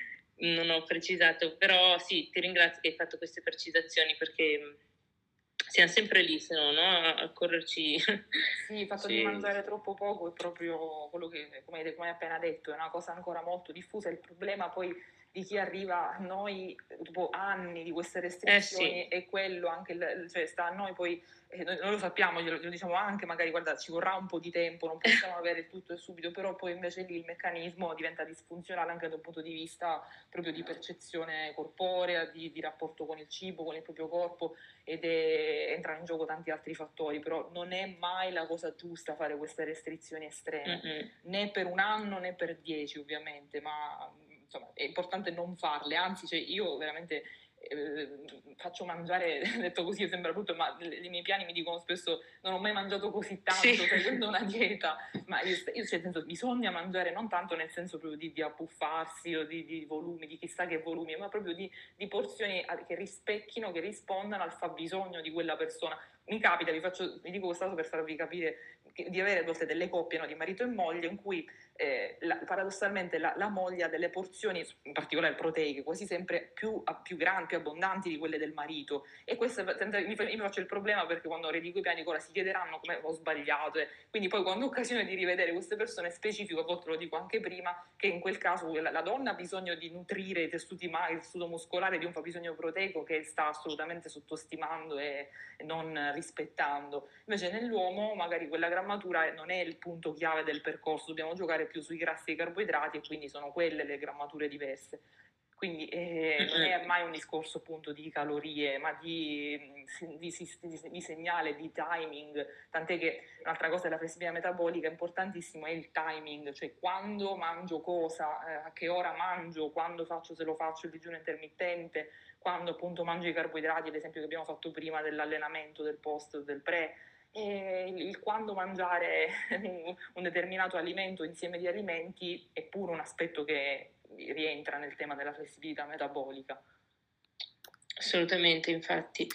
[SPEAKER 3] non ho precisato, però sì, ti ringrazio che hai fatto queste precisazioni perché siamo sempre lì, se no, no? A correrci.
[SPEAKER 2] Sì, il fatto sì. di mangiare troppo poco è proprio quello che, come hai, come hai appena detto, è una cosa ancora molto diffusa. Il problema poi di chi arriva a noi dopo anni di queste restrizioni eh sì. è quello, anche il, cioè sta a noi poi, eh, noi, noi lo sappiamo, glielo, glielo diciamo anche, magari guarda ci vorrà un po' di tempo, non possiamo avere tutto e subito, però poi invece lì il meccanismo diventa disfunzionale anche da un punto di vista proprio di percezione corporea, di, di rapporto con il cibo, con il proprio corpo, ed è, entrano in gioco tanti altri fattori, però non è mai la cosa giusta fare queste restrizioni estreme, mm-hmm. né per un anno né per dieci ovviamente, ma insomma è importante non farle, anzi cioè, io veramente eh, faccio mangiare, detto così sembra brutto, ma i miei piani mi dicono spesso non ho mai mangiato così tanto sì. seguendo una dieta, ma io, io cioè, nel senso, bisogna mangiare non tanto nel senso proprio di, di appuffarsi o di, di volumi, di chissà che volumi, ma proprio di, di porzioni che rispecchino, che rispondano al fabbisogno di quella persona. Mi capita, vi, faccio, vi dico questa cosa per farvi capire che, di avere a volte delle coppie, no, di marito e moglie in cui eh, la, paradossalmente la, la moglie ha delle porzioni, in particolare proteiche, quasi sempre più, più grandi, più abbondanti di quelle del marito, e questo mi, mi faccio il problema perché quando redigo i piani ora si chiederanno come ho sbagliato, e quindi poi quando ho occasione di rivedere queste persone specifico, a volte lo dico anche prima, che in quel caso la, la donna ha bisogno di nutrire i tessuti, il tessuto muscolare di un fabbisogno proteico che sta assolutamente sottostimando e, e non rispettando. Invece nell'uomo magari quella grammatura non è il punto chiave del percorso, dobbiamo giocare più sui grassi e i carboidrati, e quindi sono quelle le grammature diverse. Quindi eh, non è mai un discorso appunto di calorie, ma di, di, di, di segnale, di timing, tant'è che un'altra cosa della flessibilità metabolica importantissimo è il timing, cioè quando mangio cosa, eh, a che ora mangio, quando faccio, se lo faccio il digiuno intermittente, quando appunto mangio i carboidrati, ad esempio che abbiamo fatto prima dell'allenamento, del post, del pre, e il, il quando mangiare un, un determinato alimento, insieme di alimenti, è pure un aspetto che rientra nel tema della flessibilità metabolica.
[SPEAKER 3] Assolutamente, infatti.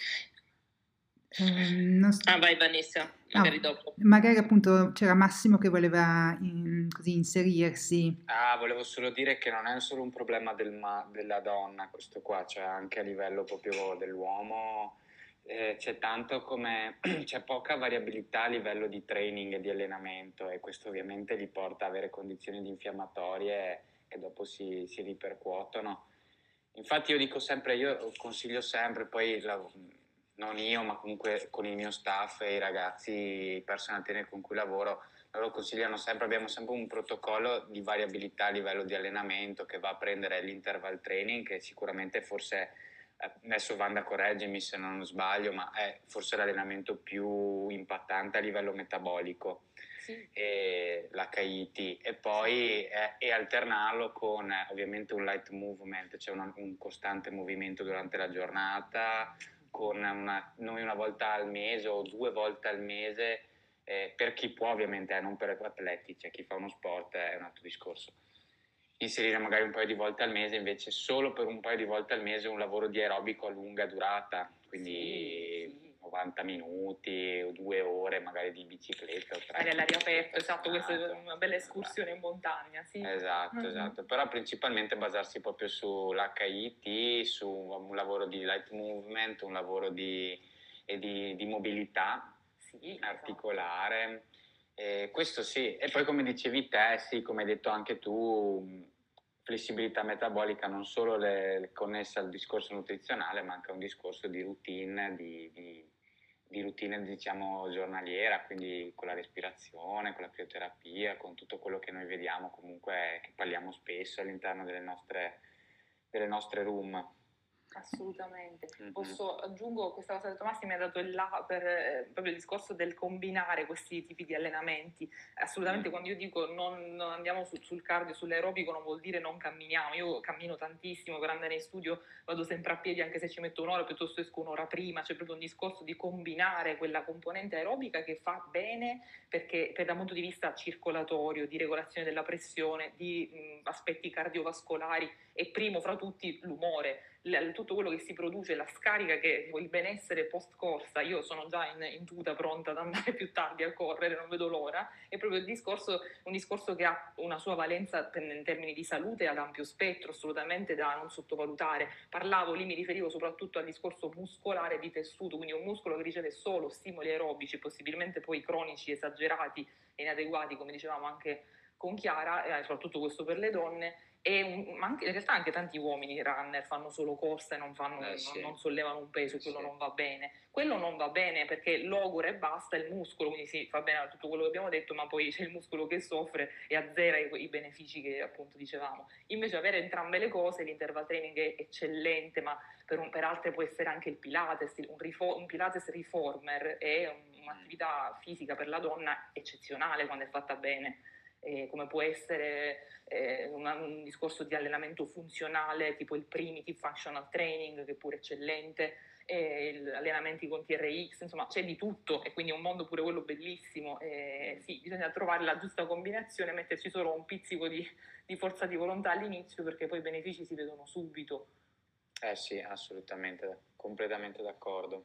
[SPEAKER 1] Eh, st-
[SPEAKER 3] ah, vai Vanessa, magari
[SPEAKER 1] ah,
[SPEAKER 3] dopo.
[SPEAKER 1] Magari appunto c'era Massimo che voleva in, così inserirsi.
[SPEAKER 4] Ah, volevo solo dire che non è solo un problema del ma- della donna questo qua, cioè anche a livello proprio dell'uomo. Eh, c'è tanto come c'è poca variabilità a livello di training e di allenamento, e questo ovviamente li porta a avere condizioni di infiammatorie che dopo si, si ripercuotono. Infatti io dico sempre, io consiglio sempre, poi la, non io ma comunque con il mio staff e i ragazzi, i personal trainer con cui lavoro, loro consigliano sempre, abbiamo sempre un protocollo di variabilità a livello di allenamento che va a prendere l'interval training, che sicuramente forse, adesso Wanda correggimi se non sbaglio, ma è forse l'allenamento più impattante a livello metabolico, sì. E l'H I T, e poi sì. è, e alternarlo con ovviamente un light movement, cioè una, un costante movimento durante la giornata, con una, noi una volta al mese o due volte al mese, eh, per chi può ovviamente, eh, non per atleti, cioè chi fa uno sport è un altro discorso. Inserire magari un paio di volte al mese, invece solo per un paio di volte al mese un lavoro di aerobico a lunga durata, quindi sì, sì. novanta minuti o due ore magari di bicicletta.
[SPEAKER 2] Magari all'aria aperta, esatto, questa è una bella escursione in montagna. Sì.
[SPEAKER 4] Esatto, mm-hmm. esatto, però principalmente basarsi proprio sull'H I T, su un lavoro di light movement, un lavoro di, e di, di mobilità sì, articolare. Esatto. Eh, questo sì, e poi come dicevi te, sì, come hai detto anche tu, flessibilità metabolica non solo le, le connessa al discorso nutrizionale, ma anche a un discorso di routine, di, di, di routine diciamo giornaliera, quindi con la respirazione, con la crioterapia, con tutto quello che noi vediamo comunque, che parliamo spesso all'interno delle nostre, delle nostre room.
[SPEAKER 2] Assolutamente. Mm-hmm. Posso aggiungo questa cosa che Tomasi mi ha dato il là per eh, proprio il discorso del combinare questi tipi di allenamenti. Assolutamente, mm-hmm. Quando io dico non, non andiamo su, sul cardio, sull'aerobico, non vuol dire non camminiamo. Io cammino tantissimo, per andare in studio vado sempre a piedi, anche se ci metto un'ora, piuttosto esco un'ora prima. C'è proprio un discorso di combinare quella componente aerobica che fa bene perché per dal punto di vista circolatorio, di regolazione della pressione, di mh, aspetti cardiovascolari, e primo fra tutti l'umore. Tutto quello che si produce, la scarica, che il benessere post corsa. Io sono già in, in tuta pronta ad andare più tardi a correre, non vedo l'ora. È proprio il discorso, un discorso che ha una sua valenza in termini di salute ad ampio spettro, assolutamente da non sottovalutare. Parlavo lì, mi riferivo soprattutto al discorso muscolare di tessuto, quindi un muscolo che riceve solo stimoli aerobici, possibilmente poi cronici, esagerati e inadeguati, come dicevamo anche con Chiara, e soprattutto questo per le donne. E un, ma anche, in realtà anche tanti uomini runner fanno solo corsa e non, fanno, eh, sì. non, non sollevano un peso, quello sì. non va bene. Quello non va bene perché logora e basta il muscolo, quindi sì, fa bene tutto quello che abbiamo detto, ma poi c'è il muscolo che soffre e azzera i, i benefici che appunto dicevamo. Invece avere entrambe le cose, l'interval training è eccellente, ma per, un, per altre può essere anche il Pilates, un, rifo, un Pilates reformer è un, un'attività fisica per la donna eccezionale quando è fatta bene. Eh, come può essere eh, una, un discorso di allenamento funzionale tipo il Primitive Functional Training, che è pure eccellente, eh, allenamenti con T R X, insomma c'è di tutto, e quindi è un mondo pure quello bellissimo. Eh, sì, bisogna trovare la giusta combinazione, metterci solo un pizzico di, di forza di volontà all'inizio, perché poi i benefici si vedono subito.
[SPEAKER 4] Eh sì, assolutamente, completamente d'accordo.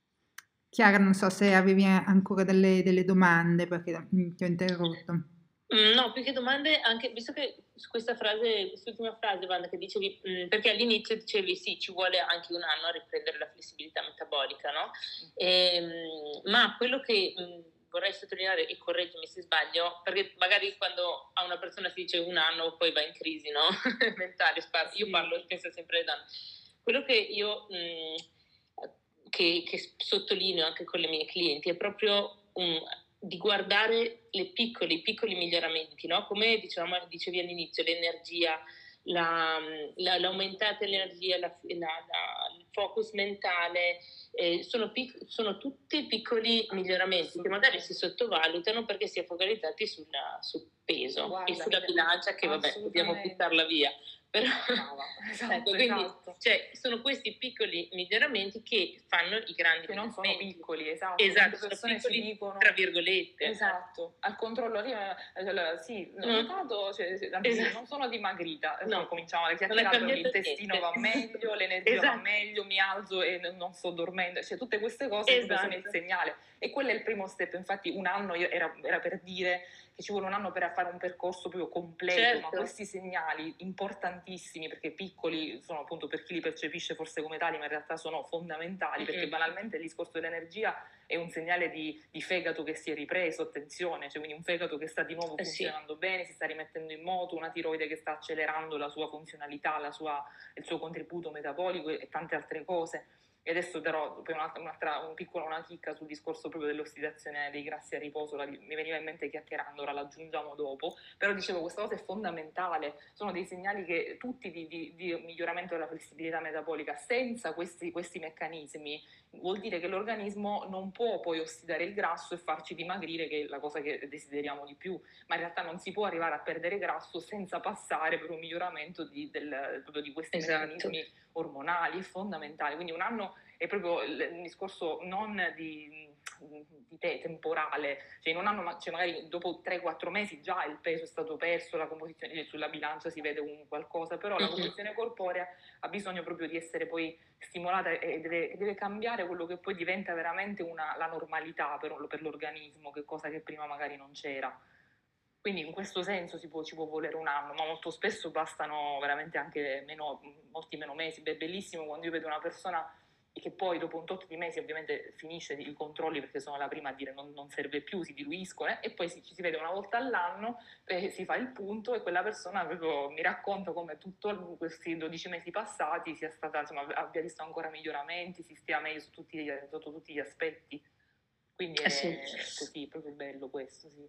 [SPEAKER 1] Chiara, non so se avevi ancora delle, delle domande perché ti ho interrotto.
[SPEAKER 3] Mm, No, più che domande, anche visto che su questa frase, quest'ultima frase, Wanda, che dicevi, mm, perché all'inizio dicevi sì, ci vuole anche un anno a riprendere la flessibilità metabolica, no? Ehm, ma quello che mm, vorrei sottolineare, e correggimi se sbaglio, perché magari quando a una persona si dice un anno poi va in crisi, no? Mentale, spar- io
[SPEAKER 2] Sì.
[SPEAKER 3] parlo, penso sempre alle donne. Quello che io mm, che, che sottolineo anche con le mie clienti è proprio un, di guardare le piccoli, piccoli miglioramenti, no? Come dicevamo, dicevi all'inizio, l'energia, la, la, l'aumentata energia, la, la, la, il focus mentale, eh, sono, pic- sono tutti piccoli miglioramenti che magari si sottovalutano perché si è focalizzati sulla, sul peso. Guarda, e sulla bilancia che vabbè, dobbiamo buttarla via. Però, esatto, ecco, quindi esatto. Cioè, sono questi piccoli miglioramenti che fanno i grandi
[SPEAKER 2] che non sono piccoli, esatto.
[SPEAKER 3] Esatto, sono persone piccoli, si dicono, tra virgolette.
[SPEAKER 2] Esatto, al controllo, eh, sì, ho notato, cioè, esatto. Non sono dimagrita, no. Cominciamo a chiacchierare, l'intestino va meglio, l'energia esatto. va meglio, mi alzo e non sto dormendo, cioè tutte queste cose esatto. sono il segnale. E quello è il primo step, infatti un anno io era, era per dire che ci vuole un anno per fare un percorso proprio completo, certo. ma questi segnali importantissimi, perché piccoli sono appunto per chi li percepisce forse come tali, ma in realtà sono fondamentali, mm-hmm. perché banalmente il discorso dell'energia è un segnale di, di fegato che si è ripreso, attenzione, cioè quindi un fegato che sta di nuovo eh funzionando sì. bene, si sta rimettendo in moto, una tiroide che sta accelerando la sua funzionalità, la sua, il suo contributo metabolico e, e tante altre cose. E adesso darò poi un'altra, un'altra un piccolo, una chicca sul discorso proprio dell'ossidazione dei grassi a riposo, la, mi veniva in mente chiacchierando, ora l'aggiungiamo dopo, però dicevo questa cosa è fondamentale, sono dei segnali che tutti di, di, di miglioramento della flessibilità metabolica, senza questi, questi meccanismi vuol dire che l'organismo non può poi ossidare il grasso e farci dimagrire, che è la cosa che desideriamo di più, ma in realtà non si può arrivare a perdere grasso senza passare per un miglioramento di, del, proprio di questi esatto. meccanismi ormonali, è fondamentale, quindi un anno è proprio il discorso non di, di te, temporale, cioè in un anno, cioè magari dopo tre quattro mesi già il peso è stato perso, la composizione sulla bilancia si vede un qualcosa, però la composizione corporea ha bisogno proprio di essere poi stimolata e deve, deve cambiare quello che poi diventa veramente una, la normalità per, per l'organismo, che cosa che prima magari non c'era. Quindi in questo senso si può, ci può volere un anno, ma molto spesso bastano veramente anche meno, molti meno mesi. Beh, è bellissimo quando io vedo una persona che poi dopo un tot di mesi ovviamente finisce i controlli, perché sono la prima a dire non, non serve più, si diluiscono, eh, e poi si, ci si vede una volta all'anno, eh, si fa il punto e quella persona proprio mi racconta come tutti questi dodici mesi passati sia stata, insomma, abbia visto ancora miglioramenti, si stia meglio su tutti, sotto tutti gli aspetti. Quindi è, eh sì. così, è proprio bello questo, sì.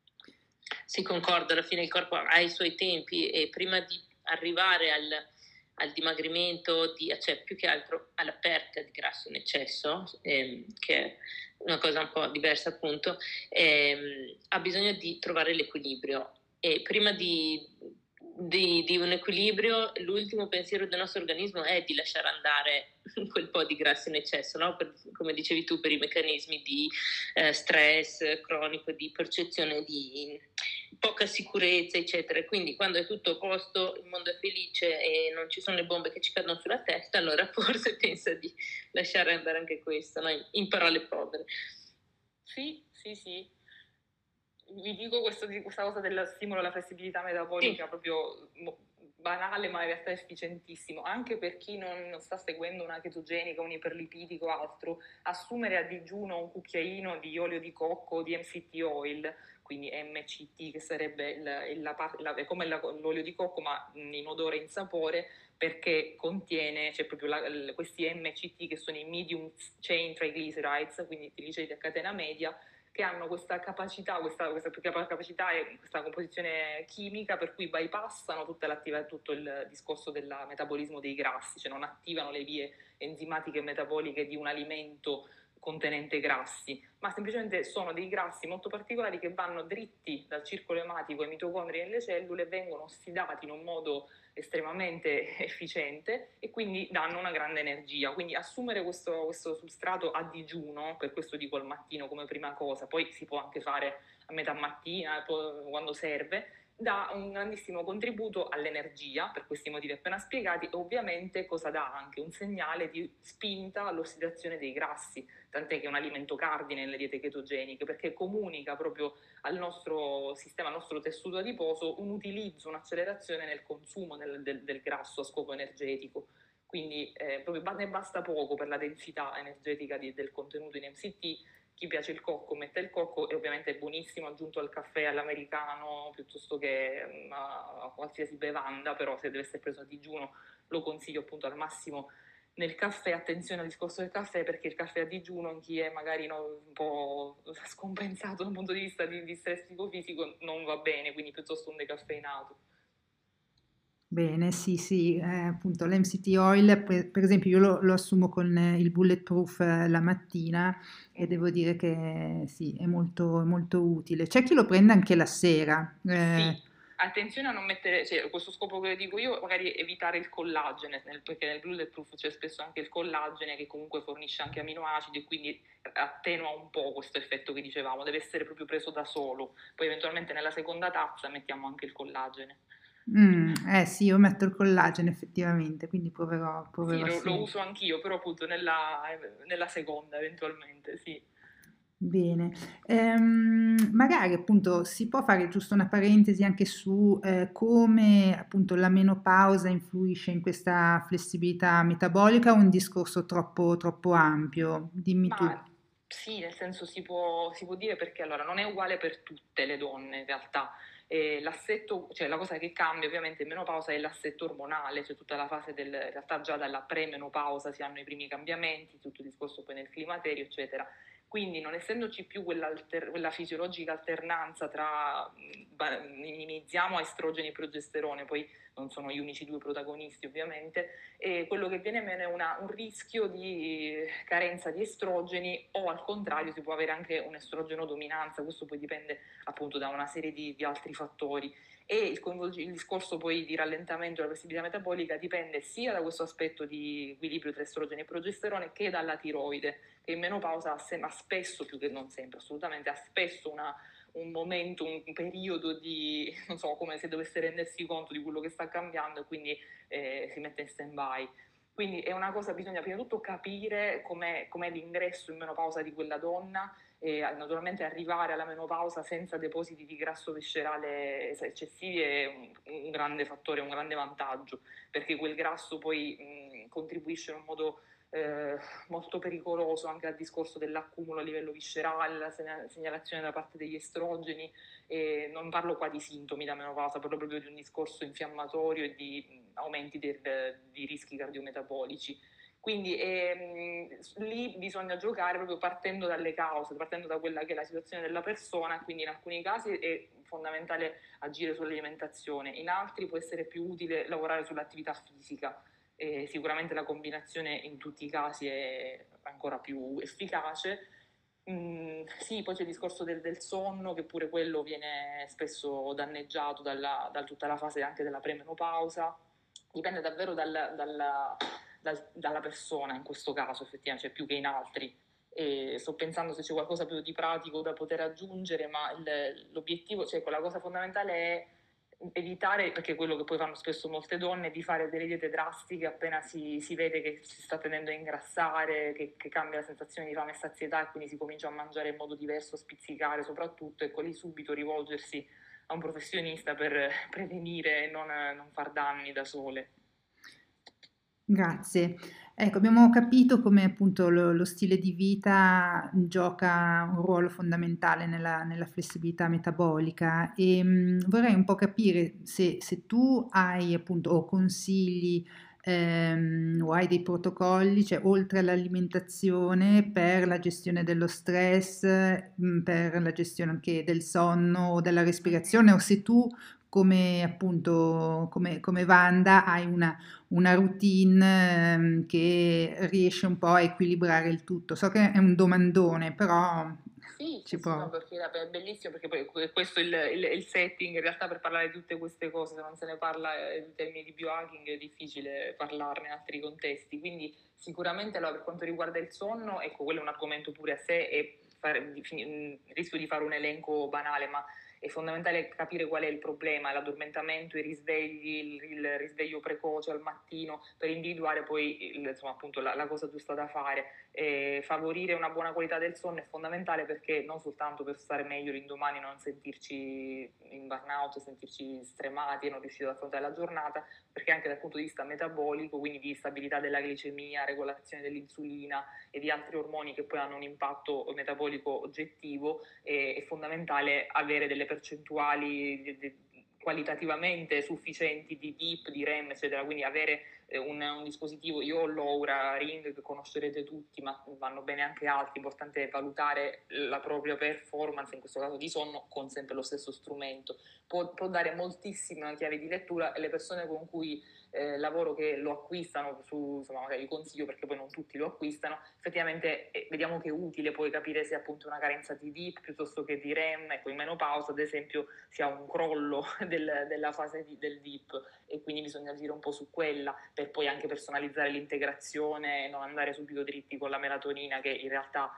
[SPEAKER 3] Sì, concordo, alla fine il corpo ha i suoi tempi e prima di arrivare al, al dimagrimento, di, cioè più che altro alla perdita di grasso in eccesso, ehm, che è una cosa un po' diversa appunto, ehm, ha bisogno di trovare l'equilibrio e prima di, di, di un equilibrio l'ultimo pensiero del nostro organismo è di lasciare andare quel po' di grasso in eccesso, no? Per, come dicevi tu, per i meccanismi di eh, stress cronico, di percezione di poca sicurezza, eccetera. Quindi quando è tutto a posto, il mondo è felice e non ci sono le bombe che ci cadono sulla testa, allora forse pensa di lasciare andare anche questo, no? In parole povere.
[SPEAKER 2] Sì, sì, sì. Vi dico questo, questa cosa dello stimolo alla flessibilità metabolica, sì. proprio banale, ma in realtà efficientissimo. Anche per chi non sta seguendo una chetogenica, un iperlipidico o altro, assumere a digiuno un cucchiaino di olio di cocco, di M C T oil, quindi M C T, che sarebbe il, la, la, come la, l'olio di cocco ma in odore e in sapore, perché contiene, cioè proprio la, questi M C T che sono i medium chain triglycerides, quindi trigliceridi a catena media, che hanno questa capacità, questa, questa capacità e questa composizione chimica per cui bypassano tutta l'attività, tutto il discorso del metabolismo dei grassi, cioè non attivano le vie enzimatiche e metaboliche di un alimento contenente grassi, ma semplicemente sono dei grassi molto particolari che vanno dritti dal circolo ematico ai mitocondri nelle cellule, vengono ossidati in un modo estremamente efficiente e quindi danno una grande energia. Quindi assumere questo, questo substrato a digiuno, per questo dico al mattino come prima cosa, poi si può anche fare a metà mattina quando serve, dà un grandissimo contributo all'energia, per questi motivi appena spiegati, e ovviamente cosa dà anche? Un segnale di spinta all'ossidazione dei grassi, tant'è che è un alimento cardine nelle diete chetogeniche, perché comunica proprio al nostro sistema, al nostro tessuto adiposo, un utilizzo, un'accelerazione nel consumo del, del, del grasso a scopo energetico. Quindi eh, proprio ne basta poco per la densità energetica di, del contenuto in M C T. Chi piace il cocco mette il cocco, e ovviamente è buonissimo aggiunto al caffè, all'americano, piuttosto che um, a qualsiasi bevanda, però se deve essere preso a digiuno lo consiglio appunto al massimo nel caffè. Attenzione al discorso del caffè, perché il caffè a digiuno in chi è magari no, un po' scompensato dal punto di vista di, di stress psicofisico non va bene, quindi piuttosto un decaffeinato.
[SPEAKER 1] Bene, sì, sì, eh, appunto l'M C T oil, per, per esempio io lo, lo assumo con eh, il Bulletproof eh, la mattina e devo dire che sì, è molto, molto utile. C'è chi lo prende anche la sera. eh,
[SPEAKER 2] Sì, attenzione a non mettere, cioè, questo scopo che dico io, magari evitare il collagene, nel- perché nel Bulletproof c'è spesso anche il collagene che comunque fornisce anche aminoacidi e quindi attenua un po' questo effetto che dicevamo, deve essere proprio preso da solo, poi eventualmente nella seconda tazza mettiamo anche il collagene.
[SPEAKER 1] mm, eh sì, io metto il collagene effettivamente, quindi proverò,
[SPEAKER 2] Sì,
[SPEAKER 1] proverò
[SPEAKER 2] lo, lo
[SPEAKER 1] sì.
[SPEAKER 2] uso anch'io, però appunto nella, nella seconda eventualmente, sì.
[SPEAKER 1] Bene, ehm, magari appunto si può fare giusto una parentesi anche su eh, come appunto la menopausa influisce in questa flessibilità metabolica o un discorso troppo, troppo ampio? Dimmi tu.
[SPEAKER 2] Ma sì, nel senso si può, si può dire, perché allora non è uguale per tutte le donne in realtà. Eh, l'assetto, cioè la cosa che cambia ovviamente in menopausa è l'assetto ormonale, cioè tutta la fase del, in realtà già dalla premenopausa si hanno i primi cambiamenti, tutto il discorso poi nel climaterio, eccetera. Quindi non essendoci più quella, quella fisiologica alternanza tra mh, minimizziamo estrogeni e progesterone, poi non sono gli unici due protagonisti ovviamente, e quello che viene meno è una, un rischio di carenza di estrogeni, o al contrario si può avere anche un'estrogeno dominanza, questo poi dipende appunto da una serie di, di altri fattori. E il, il discorso poi di rallentamento della flessibilità metabolica dipende sia da questo aspetto di equilibrio tra estrogeni e progesterone che dalla tiroide, che in menopausa ha spesso, più che non sempre, assolutamente, ha spesso una, un momento, un periodo di, non so, come se dovesse rendersi conto di quello che sta cambiando e quindi eh, si mette in stand-by. Quindi è una cosa, bisogna prima di tutto capire com'è, com'è l'ingresso in menopausa di quella donna, e naturalmente arrivare alla menopausa senza depositi di grasso viscerale eccessivi è un, un grande fattore, un grande vantaggio, perché quel grasso poi mh, contribuisce in un modo eh, molto pericoloso anche al discorso dell'accumulo a livello viscerale, la segnalazione da parte degli estrogeni, e non parlo qua di sintomi da menopausa, parlo proprio di un discorso infiammatorio e di aumenti del, di rischi cardiometabolici. Quindi ehm, lì bisogna giocare proprio partendo dalle cause, partendo da quella che è la situazione della persona, quindi in alcuni casi è fondamentale agire sull'alimentazione, in altri può essere più utile lavorare sull'attività fisica. Eh, sicuramente la combinazione in tutti i casi è ancora più efficace. Mm, sì, poi c'è il discorso del, del sonno, che pure quello viene spesso danneggiato dalla, da tutta la fase anche della premenopausa. Dipende davvero dal, dalla, dal, dalla persona in questo caso, effettivamente, cioè più che in altri. E sto pensando se c'è qualcosa più di pratico da poter aggiungere, ma il, l'obiettivo, cioè quella cosa fondamentale è evitare, perché quello che poi fanno spesso molte donne è di fare delle diete drastiche appena si, si vede che si sta tendendo a ingrassare, che, che cambia la sensazione di fame e sazietà, e quindi si comincia a mangiare in modo diverso, a spizzicare soprattutto, e lì subito rivolgersi a un professionista per prevenire e non, non far danni da sole.
[SPEAKER 1] Grazie. Ecco, abbiamo capito come appunto lo, lo stile di vita gioca un ruolo fondamentale nella, nella flessibilità metabolica e mh, vorrei un po' capire se, se tu hai appunto o consigli ehm, o hai dei protocolli, cioè oltre all'alimentazione per la gestione dello stress, mh, per la gestione anche del sonno o della respirazione, o se tu come appunto come, come Wanda hai una una routine ehm, che riesce un po' a equilibrare il tutto. So che è un domandone, però
[SPEAKER 2] Sì,
[SPEAKER 1] ci
[SPEAKER 2] sì, sì, no,
[SPEAKER 1] può.
[SPEAKER 2] perché è bellissimo, perché poi questo è il, il, il setting in realtà per parlare di tutte queste cose. Se non se ne parla in termini di biohacking è difficile parlarne in altri contesti, quindi sicuramente allora, per quanto riguarda il sonno, ecco, quello è un argomento pure a sé, e fare, rischio di fare un elenco banale, ma è fondamentale capire qual è il problema, l'addormentamento, i risvegli, il, il risveglio precoce al mattino, per individuare poi il, insomma, appunto la, la cosa giusta da fare. E favorire una buona qualità del sonno è fondamentale, perché non soltanto per stare meglio l'indomani, non sentirci in burnout, sentirci stremati e non riuscire ad affrontare la giornata, perché anche dal punto di vista metabolico, quindi di stabilità della glicemia, regolazione dell'insulina e di altri ormoni che poi hanno un impatto metabolico oggettivo, è, è fondamentale avere delle percentuali di, di, qualitativamente sufficienti di deep, di R E M, eccetera, quindi avere un, un dispositivo. Io ho l'Oura Ring, che conoscerete tutti, ma vanno bene anche altri. Importante è valutare la propria performance, in questo caso di sonno, con sempre lo stesso strumento. Può, può dare moltissima chiave di lettura, e le persone con cui eh, lavoro che lo acquistano, su, insomma, magari consiglio, perché poi non tutti lo acquistano, effettivamente eh, vediamo che è utile poi capire se appunto una carenza di deep piuttosto che di R E M. Ecco, in menopausa ad esempio si ha un crollo del, della fase di, del deep, e quindi bisogna agire un po' su quella, per poi anche personalizzare l'integrazione e non andare subito dritti con la melatonina, che in realtà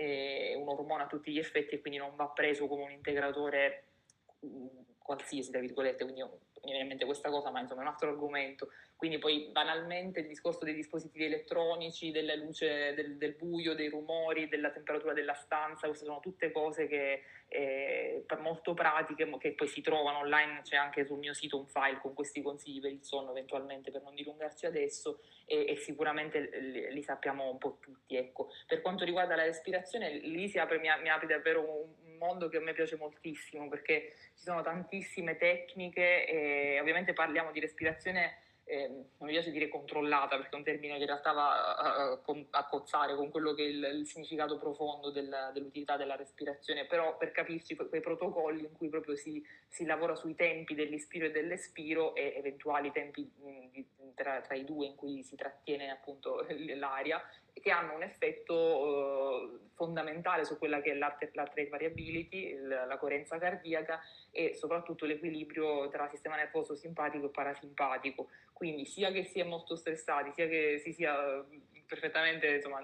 [SPEAKER 2] è un ormone a tutti gli effetti e quindi non va preso come un integratore qualsiasi, tra virgolette. Quindi io, mi viene in mente questa cosa, ma insomma è un altro argomento. Quindi poi banalmente il discorso dei dispositivi elettronici, della luce, del, del buio, dei rumori, della temperatura della stanza, queste sono tutte cose che eh, molto pratiche, che poi si trovano online. C'è anche sul mio sito un file con questi consigli per il sonno, eventualmente, per non dilungarci adesso, e, e sicuramente li, li sappiamo un po' tutti. Ecco. Per quanto riguarda la respirazione, lì si apre, mi, mi apre davvero un, un mondo che a me piace moltissimo, perché ci sono tantissime tecniche, e ovviamente parliamo di respirazione, eh, non mi piace dire controllata, perché è un termine che in realtà va a, a, a cozzare con quello che è il, il significato profondo del, dell'utilità della respirazione, però per capirci quei protocolli in cui proprio si, si lavora sui tempi dell'ispiro e dell'espiro, e eventuali tempi mh, di, tra, tra i due in cui si trattiene appunto l'aria, che hanno un effetto uh, fondamentale su quella che è l'heart rate variability, il, la coerenza cardiaca, e soprattutto l'equilibrio tra sistema nervoso simpatico e parasimpatico. Quindi sia che si è molto stressati, sia che si sia perfettamente, insomma,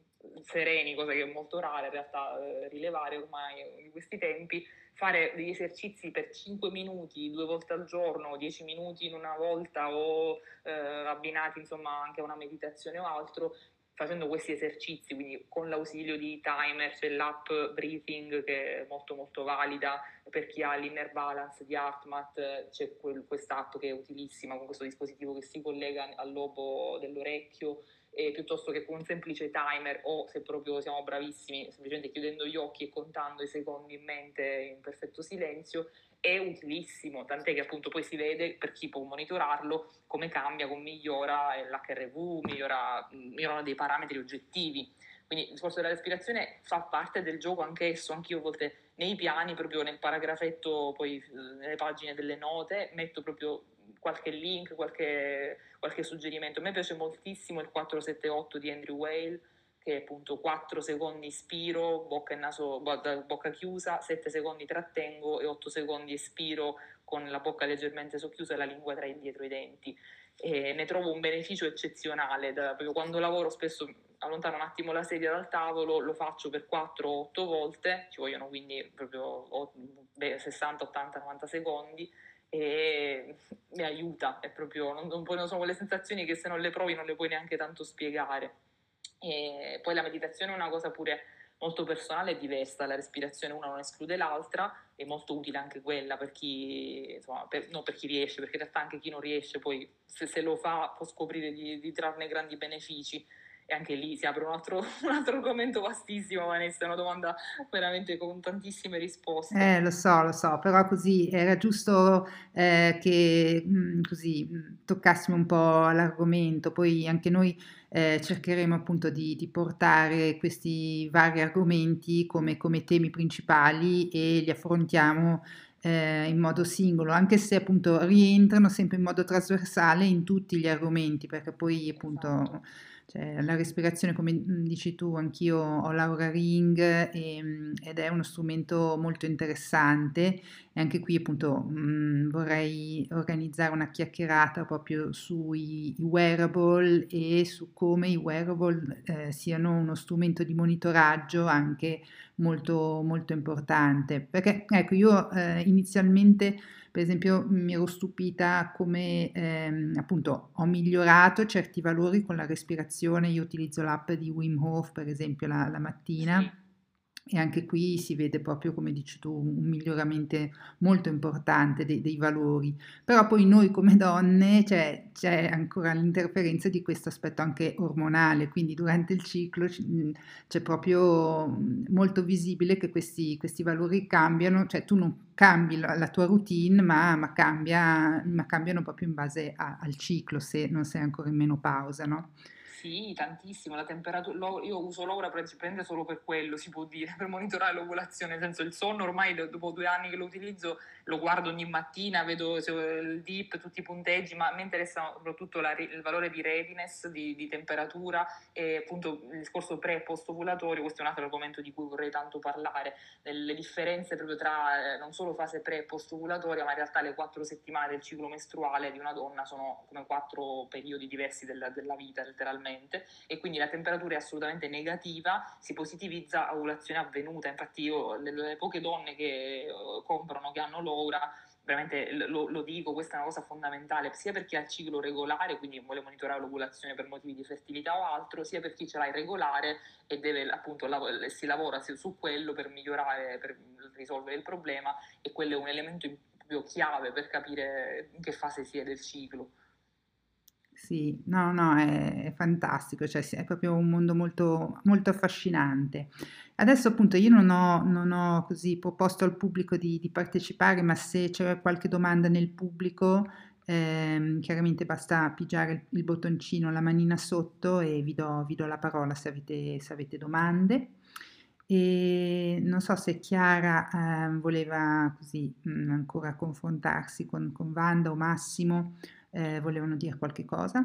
[SPEAKER 2] sereni, cosa che è molto rara in realtà eh, rilevare ormai in questi tempi, fare degli esercizi per cinque minuti due volte al giorno, dieci minuti in una volta, o eh, abbinati insomma anche a una meditazione o altro, facendo questi esercizi, quindi con l'ausilio di timer. C'è l'app Breathing, che è molto molto valida per chi ha l'inner balance di HeartMath. C'è quel, quest'app che è utilissima, con questo dispositivo che si collega al lobo dell'orecchio, e piuttosto che con un semplice timer, o se proprio siamo bravissimi, semplicemente chiudendo gli occhi e contando i secondi in mente in perfetto silenzio, è utilissimo, tant'è che appunto poi si vede, per chi può monitorarlo, come cambia, come migliora l'H R V, migliora, migliorano dei parametri oggettivi. Quindi il discorso della respirazione fa parte del gioco anch'esso. Anch'io a volte nei piani, proprio nel paragrafetto, poi nelle pagine delle note, metto proprio qualche link, qualche, qualche suggerimento. A me piace moltissimo il quattro sette otto di Andrew Weil, che è appunto quattro secondi ispiro, bocca e naso, bocca chiusa, sette secondi trattengo e otto secondi espiro con la bocca leggermente socchiusa e la lingua tra i dietro i denti. E ne trovo un beneficio eccezionale. Da, proprio quando lavoro spesso allontano un attimo la sedia dal tavolo, lo faccio per quattro otto volte, ci vogliono quindi proprio sessanta, ottanta, novanta secondi, e mi aiuta. È proprio, non, non, non sono quelle sensazioni che se non le provi non le puoi neanche tanto spiegare. E poi la meditazione è una cosa pure molto personale e diversa. La respirazione una non esclude l'altra, è molto utile anche quella per chi, insomma, per, non per chi riesce, perché in realtà anche chi non riesce poi, se, se lo fa, può scoprire di, di trarne grandi benefici. E anche lì si apre un altro, un altro argomento vastissimo, Vanessa, è una domanda veramente con tantissime risposte.
[SPEAKER 1] Eh, lo so, lo so, però così era giusto eh, che mh, così mh, toccassimo un po' l'argomento. Poi anche noi eh, cercheremo appunto di, di portare questi vari argomenti come, come temi principali, e li affrontiamo eh, in modo singolo, anche se appunto rientrano sempre in modo trasversale in tutti gli argomenti, perché poi appunto...
[SPEAKER 2] Esatto.
[SPEAKER 1] Cioè, la respirazione, come mm, dici tu, anch'io ho Laura Ring e, mm, ed è uno strumento molto interessante e anche qui appunto mm, vorrei organizzare una chiacchierata proprio sui i wearable e su come i wearable eh, siano uno strumento di monitoraggio anche molto, molto importante. Perché ecco, io eh, inizialmente per esempio mi ero stupita come ehm, appunto ho migliorato certi valori con la respirazione, io utilizzo l'app di Wim Hof per esempio la, la mattina.
[SPEAKER 2] Sì.
[SPEAKER 1] E anche qui si vede proprio, come dici tu, un miglioramento molto importante dei, dei valori. Però poi noi come donne cioè, c'è ancora l'interferenza di questo aspetto anche ormonale, quindi durante il ciclo c- mh, c'è proprio mh, molto visibile che questi, questi valori cambiano, cioè tu non cambi la, la tua routine, ma, ma, cambia, ma cambiano proprio in base a- al ciclo, se non sei ancora in menopausa, no?
[SPEAKER 2] Sì, tantissimo, la temperatura, lo- io uso l'ora principalmente solo per quello, si può dire, per monitorare l'ovulazione, nel senso il sonno ormai do- dopo due anni che lo utilizzo lo guardo ogni mattina, vedo se il dip, tutti i punteggi, ma mi interessa soprattutto la ri- il valore di readiness, di, di temperatura e appunto il discorso pre e post ovulatorio, questo è un altro argomento di cui vorrei tanto parlare, le differenze proprio tra eh, non solo fase pre e post ovulatoria, ma in realtà le quattro settimane del ciclo mestruale di una donna sono come quattro periodi diversi della, della vita letteralmente, e quindi la temperatura è assolutamente negativa, si positivizza a ovulazione avvenuta. Infatti io le, le poche donne che uh, comprano, che hanno l'ora, veramente lo, lo dico, questa è una cosa fondamentale, sia per chi ha il ciclo regolare, quindi vuole monitorare l'ovulazione per motivi di fertilità o altro, sia per chi ce l'ha irregolare e deve appunto lav- si lavora su quello per migliorare, per risolvere il problema, e quello è un elemento proprio chiave per capire in che fase si è del ciclo.
[SPEAKER 1] Sì, no, no, è, è fantastico, cioè sì, è proprio un mondo molto, molto affascinante. Adesso appunto io non ho, non ho così proposto al pubblico di, di partecipare, ma se c'è qualche domanda nel pubblico, ehm, chiaramente basta pigiare il, il bottoncino, la manina sotto e vi do, vi do la parola se avete, se avete domande. E non so se Chiara ehm, voleva così mh, ancora confrontarsi con, con Wanda o Massimo. Eh, volevano dire qualche cosa?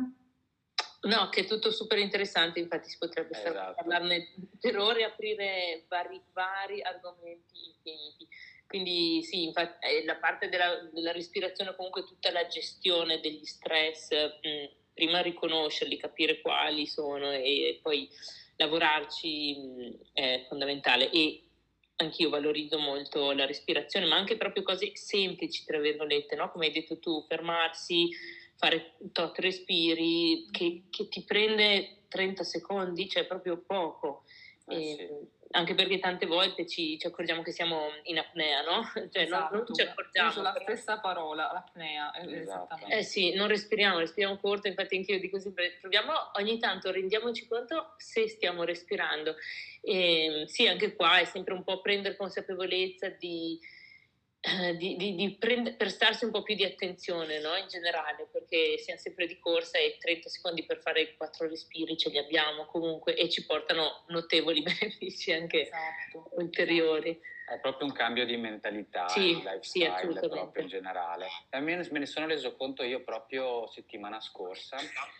[SPEAKER 3] No, che è tutto super interessante, infatti si potrebbe stare
[SPEAKER 4] Esatto.
[SPEAKER 3] parlarne per ore e aprire vari, vari argomenti infiniti. Quindi sì, infatti eh, la parte della, della respirazione, comunque tutta la gestione degli stress, mh, prima riconoscerli, capire quali sono e, e poi lavorarci mh, è fondamentale. E anch'io valorizzo molto la respirazione, ma anche proprio cose semplici, tra virgolette, no? Come hai detto tu, fermarsi, fare tot respiri, che, che ti prende trenta secondi, cioè proprio poco.
[SPEAKER 4] Eh,
[SPEAKER 3] E,
[SPEAKER 4] sì.
[SPEAKER 3] Anche perché tante volte ci, ci accorgiamo che siamo in apnea, no? Cioè
[SPEAKER 2] Esatto,
[SPEAKER 3] non, non ci accorgiamo.
[SPEAKER 2] uso la
[SPEAKER 3] però...
[SPEAKER 2] stessa parola, l'apnea,
[SPEAKER 4] Esatto.
[SPEAKER 2] esattamente.
[SPEAKER 3] Eh sì, non respiriamo, respiriamo corto, infatti anch'io dico sempre, proviamo ogni tanto, rendiamoci conto se stiamo respirando. E, sì, anche qua è sempre un po' prendere consapevolezza di, eh, di, di, di prend- prestarsi un po' più di attenzione, no? In generale, perché siamo sempre di corsa e trenta secondi per fare quattro respiri ce li abbiamo comunque e ci portano notevoli benefici anche
[SPEAKER 2] Esatto,
[SPEAKER 3] ulteriori.
[SPEAKER 4] È proprio un cambio di mentalità,
[SPEAKER 3] Sì,
[SPEAKER 4] di lifestyle
[SPEAKER 3] sì, assolutamente.
[SPEAKER 4] proprio in generale. A me me ne sono reso conto io proprio settimana scorsa,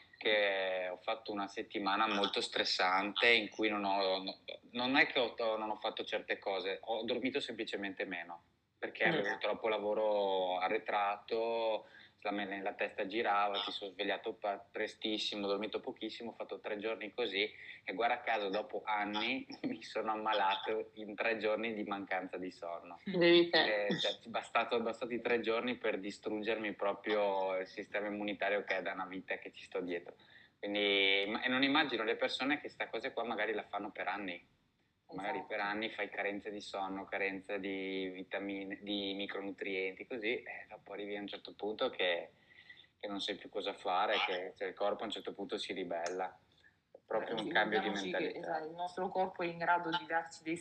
[SPEAKER 4] che ho fatto una settimana molto stressante in cui non ho, no- non è che ho, non ho fatto certe cose, ho dormito semplicemente meno, perché
[SPEAKER 3] Mm.
[SPEAKER 4] avevo troppo lavoro arretrato, la, me- la testa girava, ti sono svegliato pa- prestissimo, ho dormito pochissimo, ho fatto tre giorni così e guarda caso dopo anni mi sono ammalato in tre giorni di mancanza di sonno.
[SPEAKER 3] Devi
[SPEAKER 4] Eh, cioè, è bastato, bastati tre giorni per distruggermi proprio il sistema immunitario che è da una vita che ci sto dietro. Quindi, ma- e non immagino le persone che sta cosa qua magari la fanno per anni. Magari
[SPEAKER 2] Esatto.
[SPEAKER 4] per anni fai carenza di sonno, carenza di vitamine, di micronutrienti, così e dopo arrivi a un certo punto che, che non sai più cosa fare, che cioè, il corpo a un certo punto si ribella. È proprio un cambio di
[SPEAKER 2] Ricordiamoci che
[SPEAKER 4] mentalità.
[SPEAKER 2] esatto, il nostro corpo è in grado di darci dei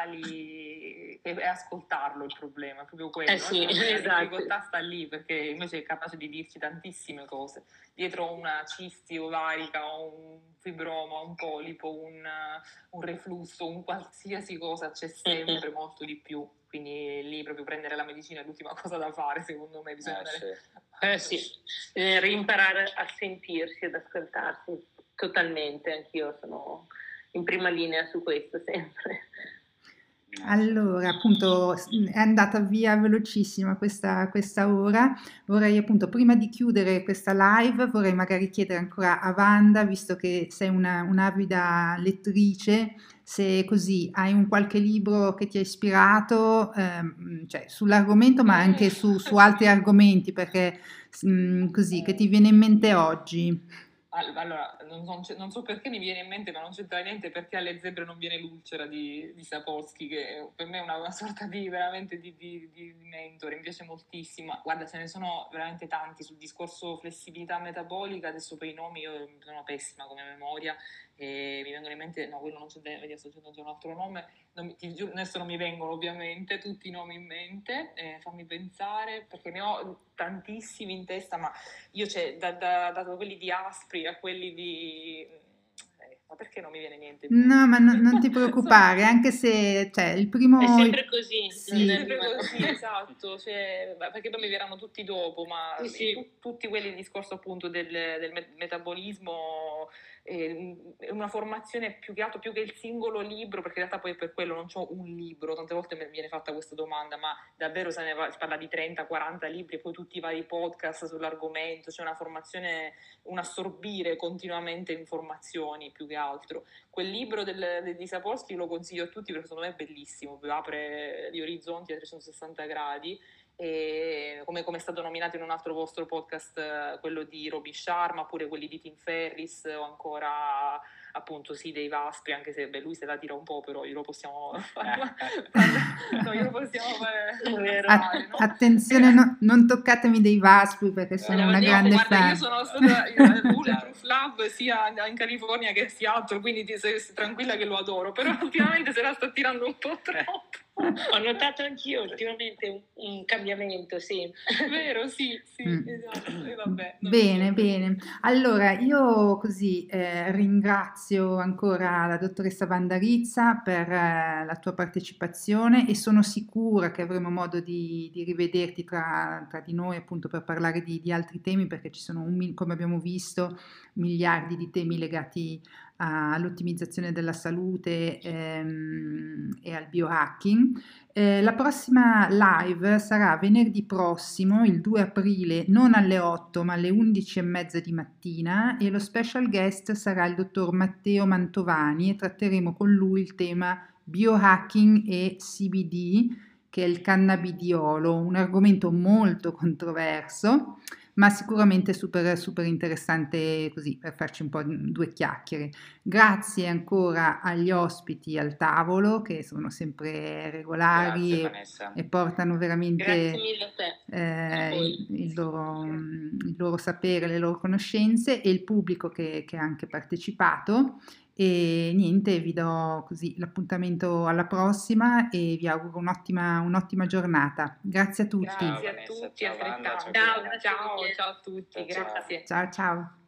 [SPEAKER 2] segnali e, e ascoltarlo, il problema è proprio quello.
[SPEAKER 3] Eh sì,
[SPEAKER 2] no? La
[SPEAKER 3] esatto.
[SPEAKER 2] difficoltà sta lì, perché invece è capace di dirci tantissime cose. Dietro una cisti ovarica, un fibroma, un polipo, un, un reflusso, un qualsiasi cosa, c'è sempre molto di più. Quindi lì proprio prendere la medicina è l'ultima cosa da fare, secondo me. Bisogna
[SPEAKER 4] Eh,
[SPEAKER 2] andare...
[SPEAKER 4] sì.
[SPEAKER 3] Eh sì, bisogna rimparare a sentirsi, ad ascoltarsi. totalmente, anch'io sono in prima linea su questo sempre.
[SPEAKER 1] Allora, appunto, è andata via velocissima questa, questa ora. Vorrei appunto, prima di chiudere questa live, vorrei magari chiedere ancora a Wanda, visto che sei una, un'avida lettrice, se così hai un qualche libro che ti ha ispirato, ehm, cioè sull'argomento, ma anche su, su altri argomenti, perché mh, così, che ti viene in mente oggi.
[SPEAKER 2] Allora, non, non, non so perché mi viene in mente, ma non c'entra niente, perché alle zebre non viene l'ulcera di, di Sapolsky, che per me è una, una sorta di veramente di, di, di mentore, mi piace moltissimo. Guarda, ce ne sono veramente tanti sul discorso flessibilità metabolica, adesso per i nomi io sono pessima come memoria, e mi vengono in mente, no, quello non c'è, vedi, sto dicendo già un altro nome, non mi, ti giuro, adesso non mi vengono ovviamente tutti i nomi in mente, eh, fammi pensare, perché ne ho tantissimi in testa, ma io c'è da, da, da quelli di Aspri a quelli di... Eh, ma perché non mi viene niente?
[SPEAKER 1] No, ma no, non ti preoccupare, anche se cioè, il primo...
[SPEAKER 3] È sempre così.
[SPEAKER 1] Sì.
[SPEAKER 2] È sempre così, esatto, cioè, perché poi mi verranno tutti dopo, ma
[SPEAKER 3] sì, sì.
[SPEAKER 2] Tu, tutti quelli del discorso appunto del, del metabolismo, eh, una formazione più che altro, più che il singolo libro, perché in realtà poi per quello non c'ho un libro, tante volte mi viene fatta questa domanda, ma davvero se ne va, si parla di trenta quaranta libri e poi tutti i vari podcast sull'argomento, c'è una formazione, un assorbire continuamente informazioni più che altro. Quel libro del, di Sapolsky lo consiglio a tutti perché secondo me è bellissimo, apre gli orizzonti a trecentosessanta gradi, e come, come è stato nominato in un altro vostro podcast, quello di Robin Sharma, pure quelli di Tim Ferriss, o ancora appunto sì dei Vaspi, anche se beh, lui se la tira un po', però glielo possiamo fare, no, glielo possiamo fare
[SPEAKER 1] Att- no? Attenzione, no, non toccatemi dei Vaspi perché sono
[SPEAKER 2] eh,
[SPEAKER 1] una
[SPEAKER 2] io,
[SPEAKER 1] grande
[SPEAKER 2] guarda,
[SPEAKER 1] fan.
[SPEAKER 2] Io sono stata al Bulletproof Lab sia in California che a Seattle, quindi ti sei tranquilla che lo adoro, però ultimamente se la sta tirando un po' troppo.
[SPEAKER 3] Ho notato anch'io ultimamente un, un cambiamento, sì.
[SPEAKER 2] Vero, sì, sì, mm. esatto. E vabbè,
[SPEAKER 1] bene, bene. Allora, io così eh, ringrazio ancora la dottoressa Wanda Rizza per eh, la tua partecipazione e sono sicura che avremo modo di, di rivederti tra, tra di noi appunto per parlare di, di altri temi, perché ci sono, un, come abbiamo visto, miliardi di temi legati all'ottimizzazione della salute ehm, e al biohacking. Eh, la prossima live sarà venerdì prossimo, il due aprile, non alle otto ma alle undici e mezza di mattina, e lo special guest sarà il dottor Matteo Mantovani e tratteremo con lui il tema biohacking e C B D, che è il cannabidiolo, un argomento molto controverso, ma sicuramente super, super interessante così per farci un po' due chiacchiere. Grazie ancora agli ospiti al tavolo che sono sempre regolari e, e portano veramente eh, il, il, loro, il loro sapere, le loro conoscenze, e il pubblico che, che ha anche partecipato. E niente, vi do così l'appuntamento alla prossima e vi auguro un'ottima, un'ottima giornata. Grazie a tutti.
[SPEAKER 2] Grazie a tutti, ciao, Wanda, ciao, ciao, ciao, ciao a tutti, ciao, grazie.
[SPEAKER 1] Ciao ciao.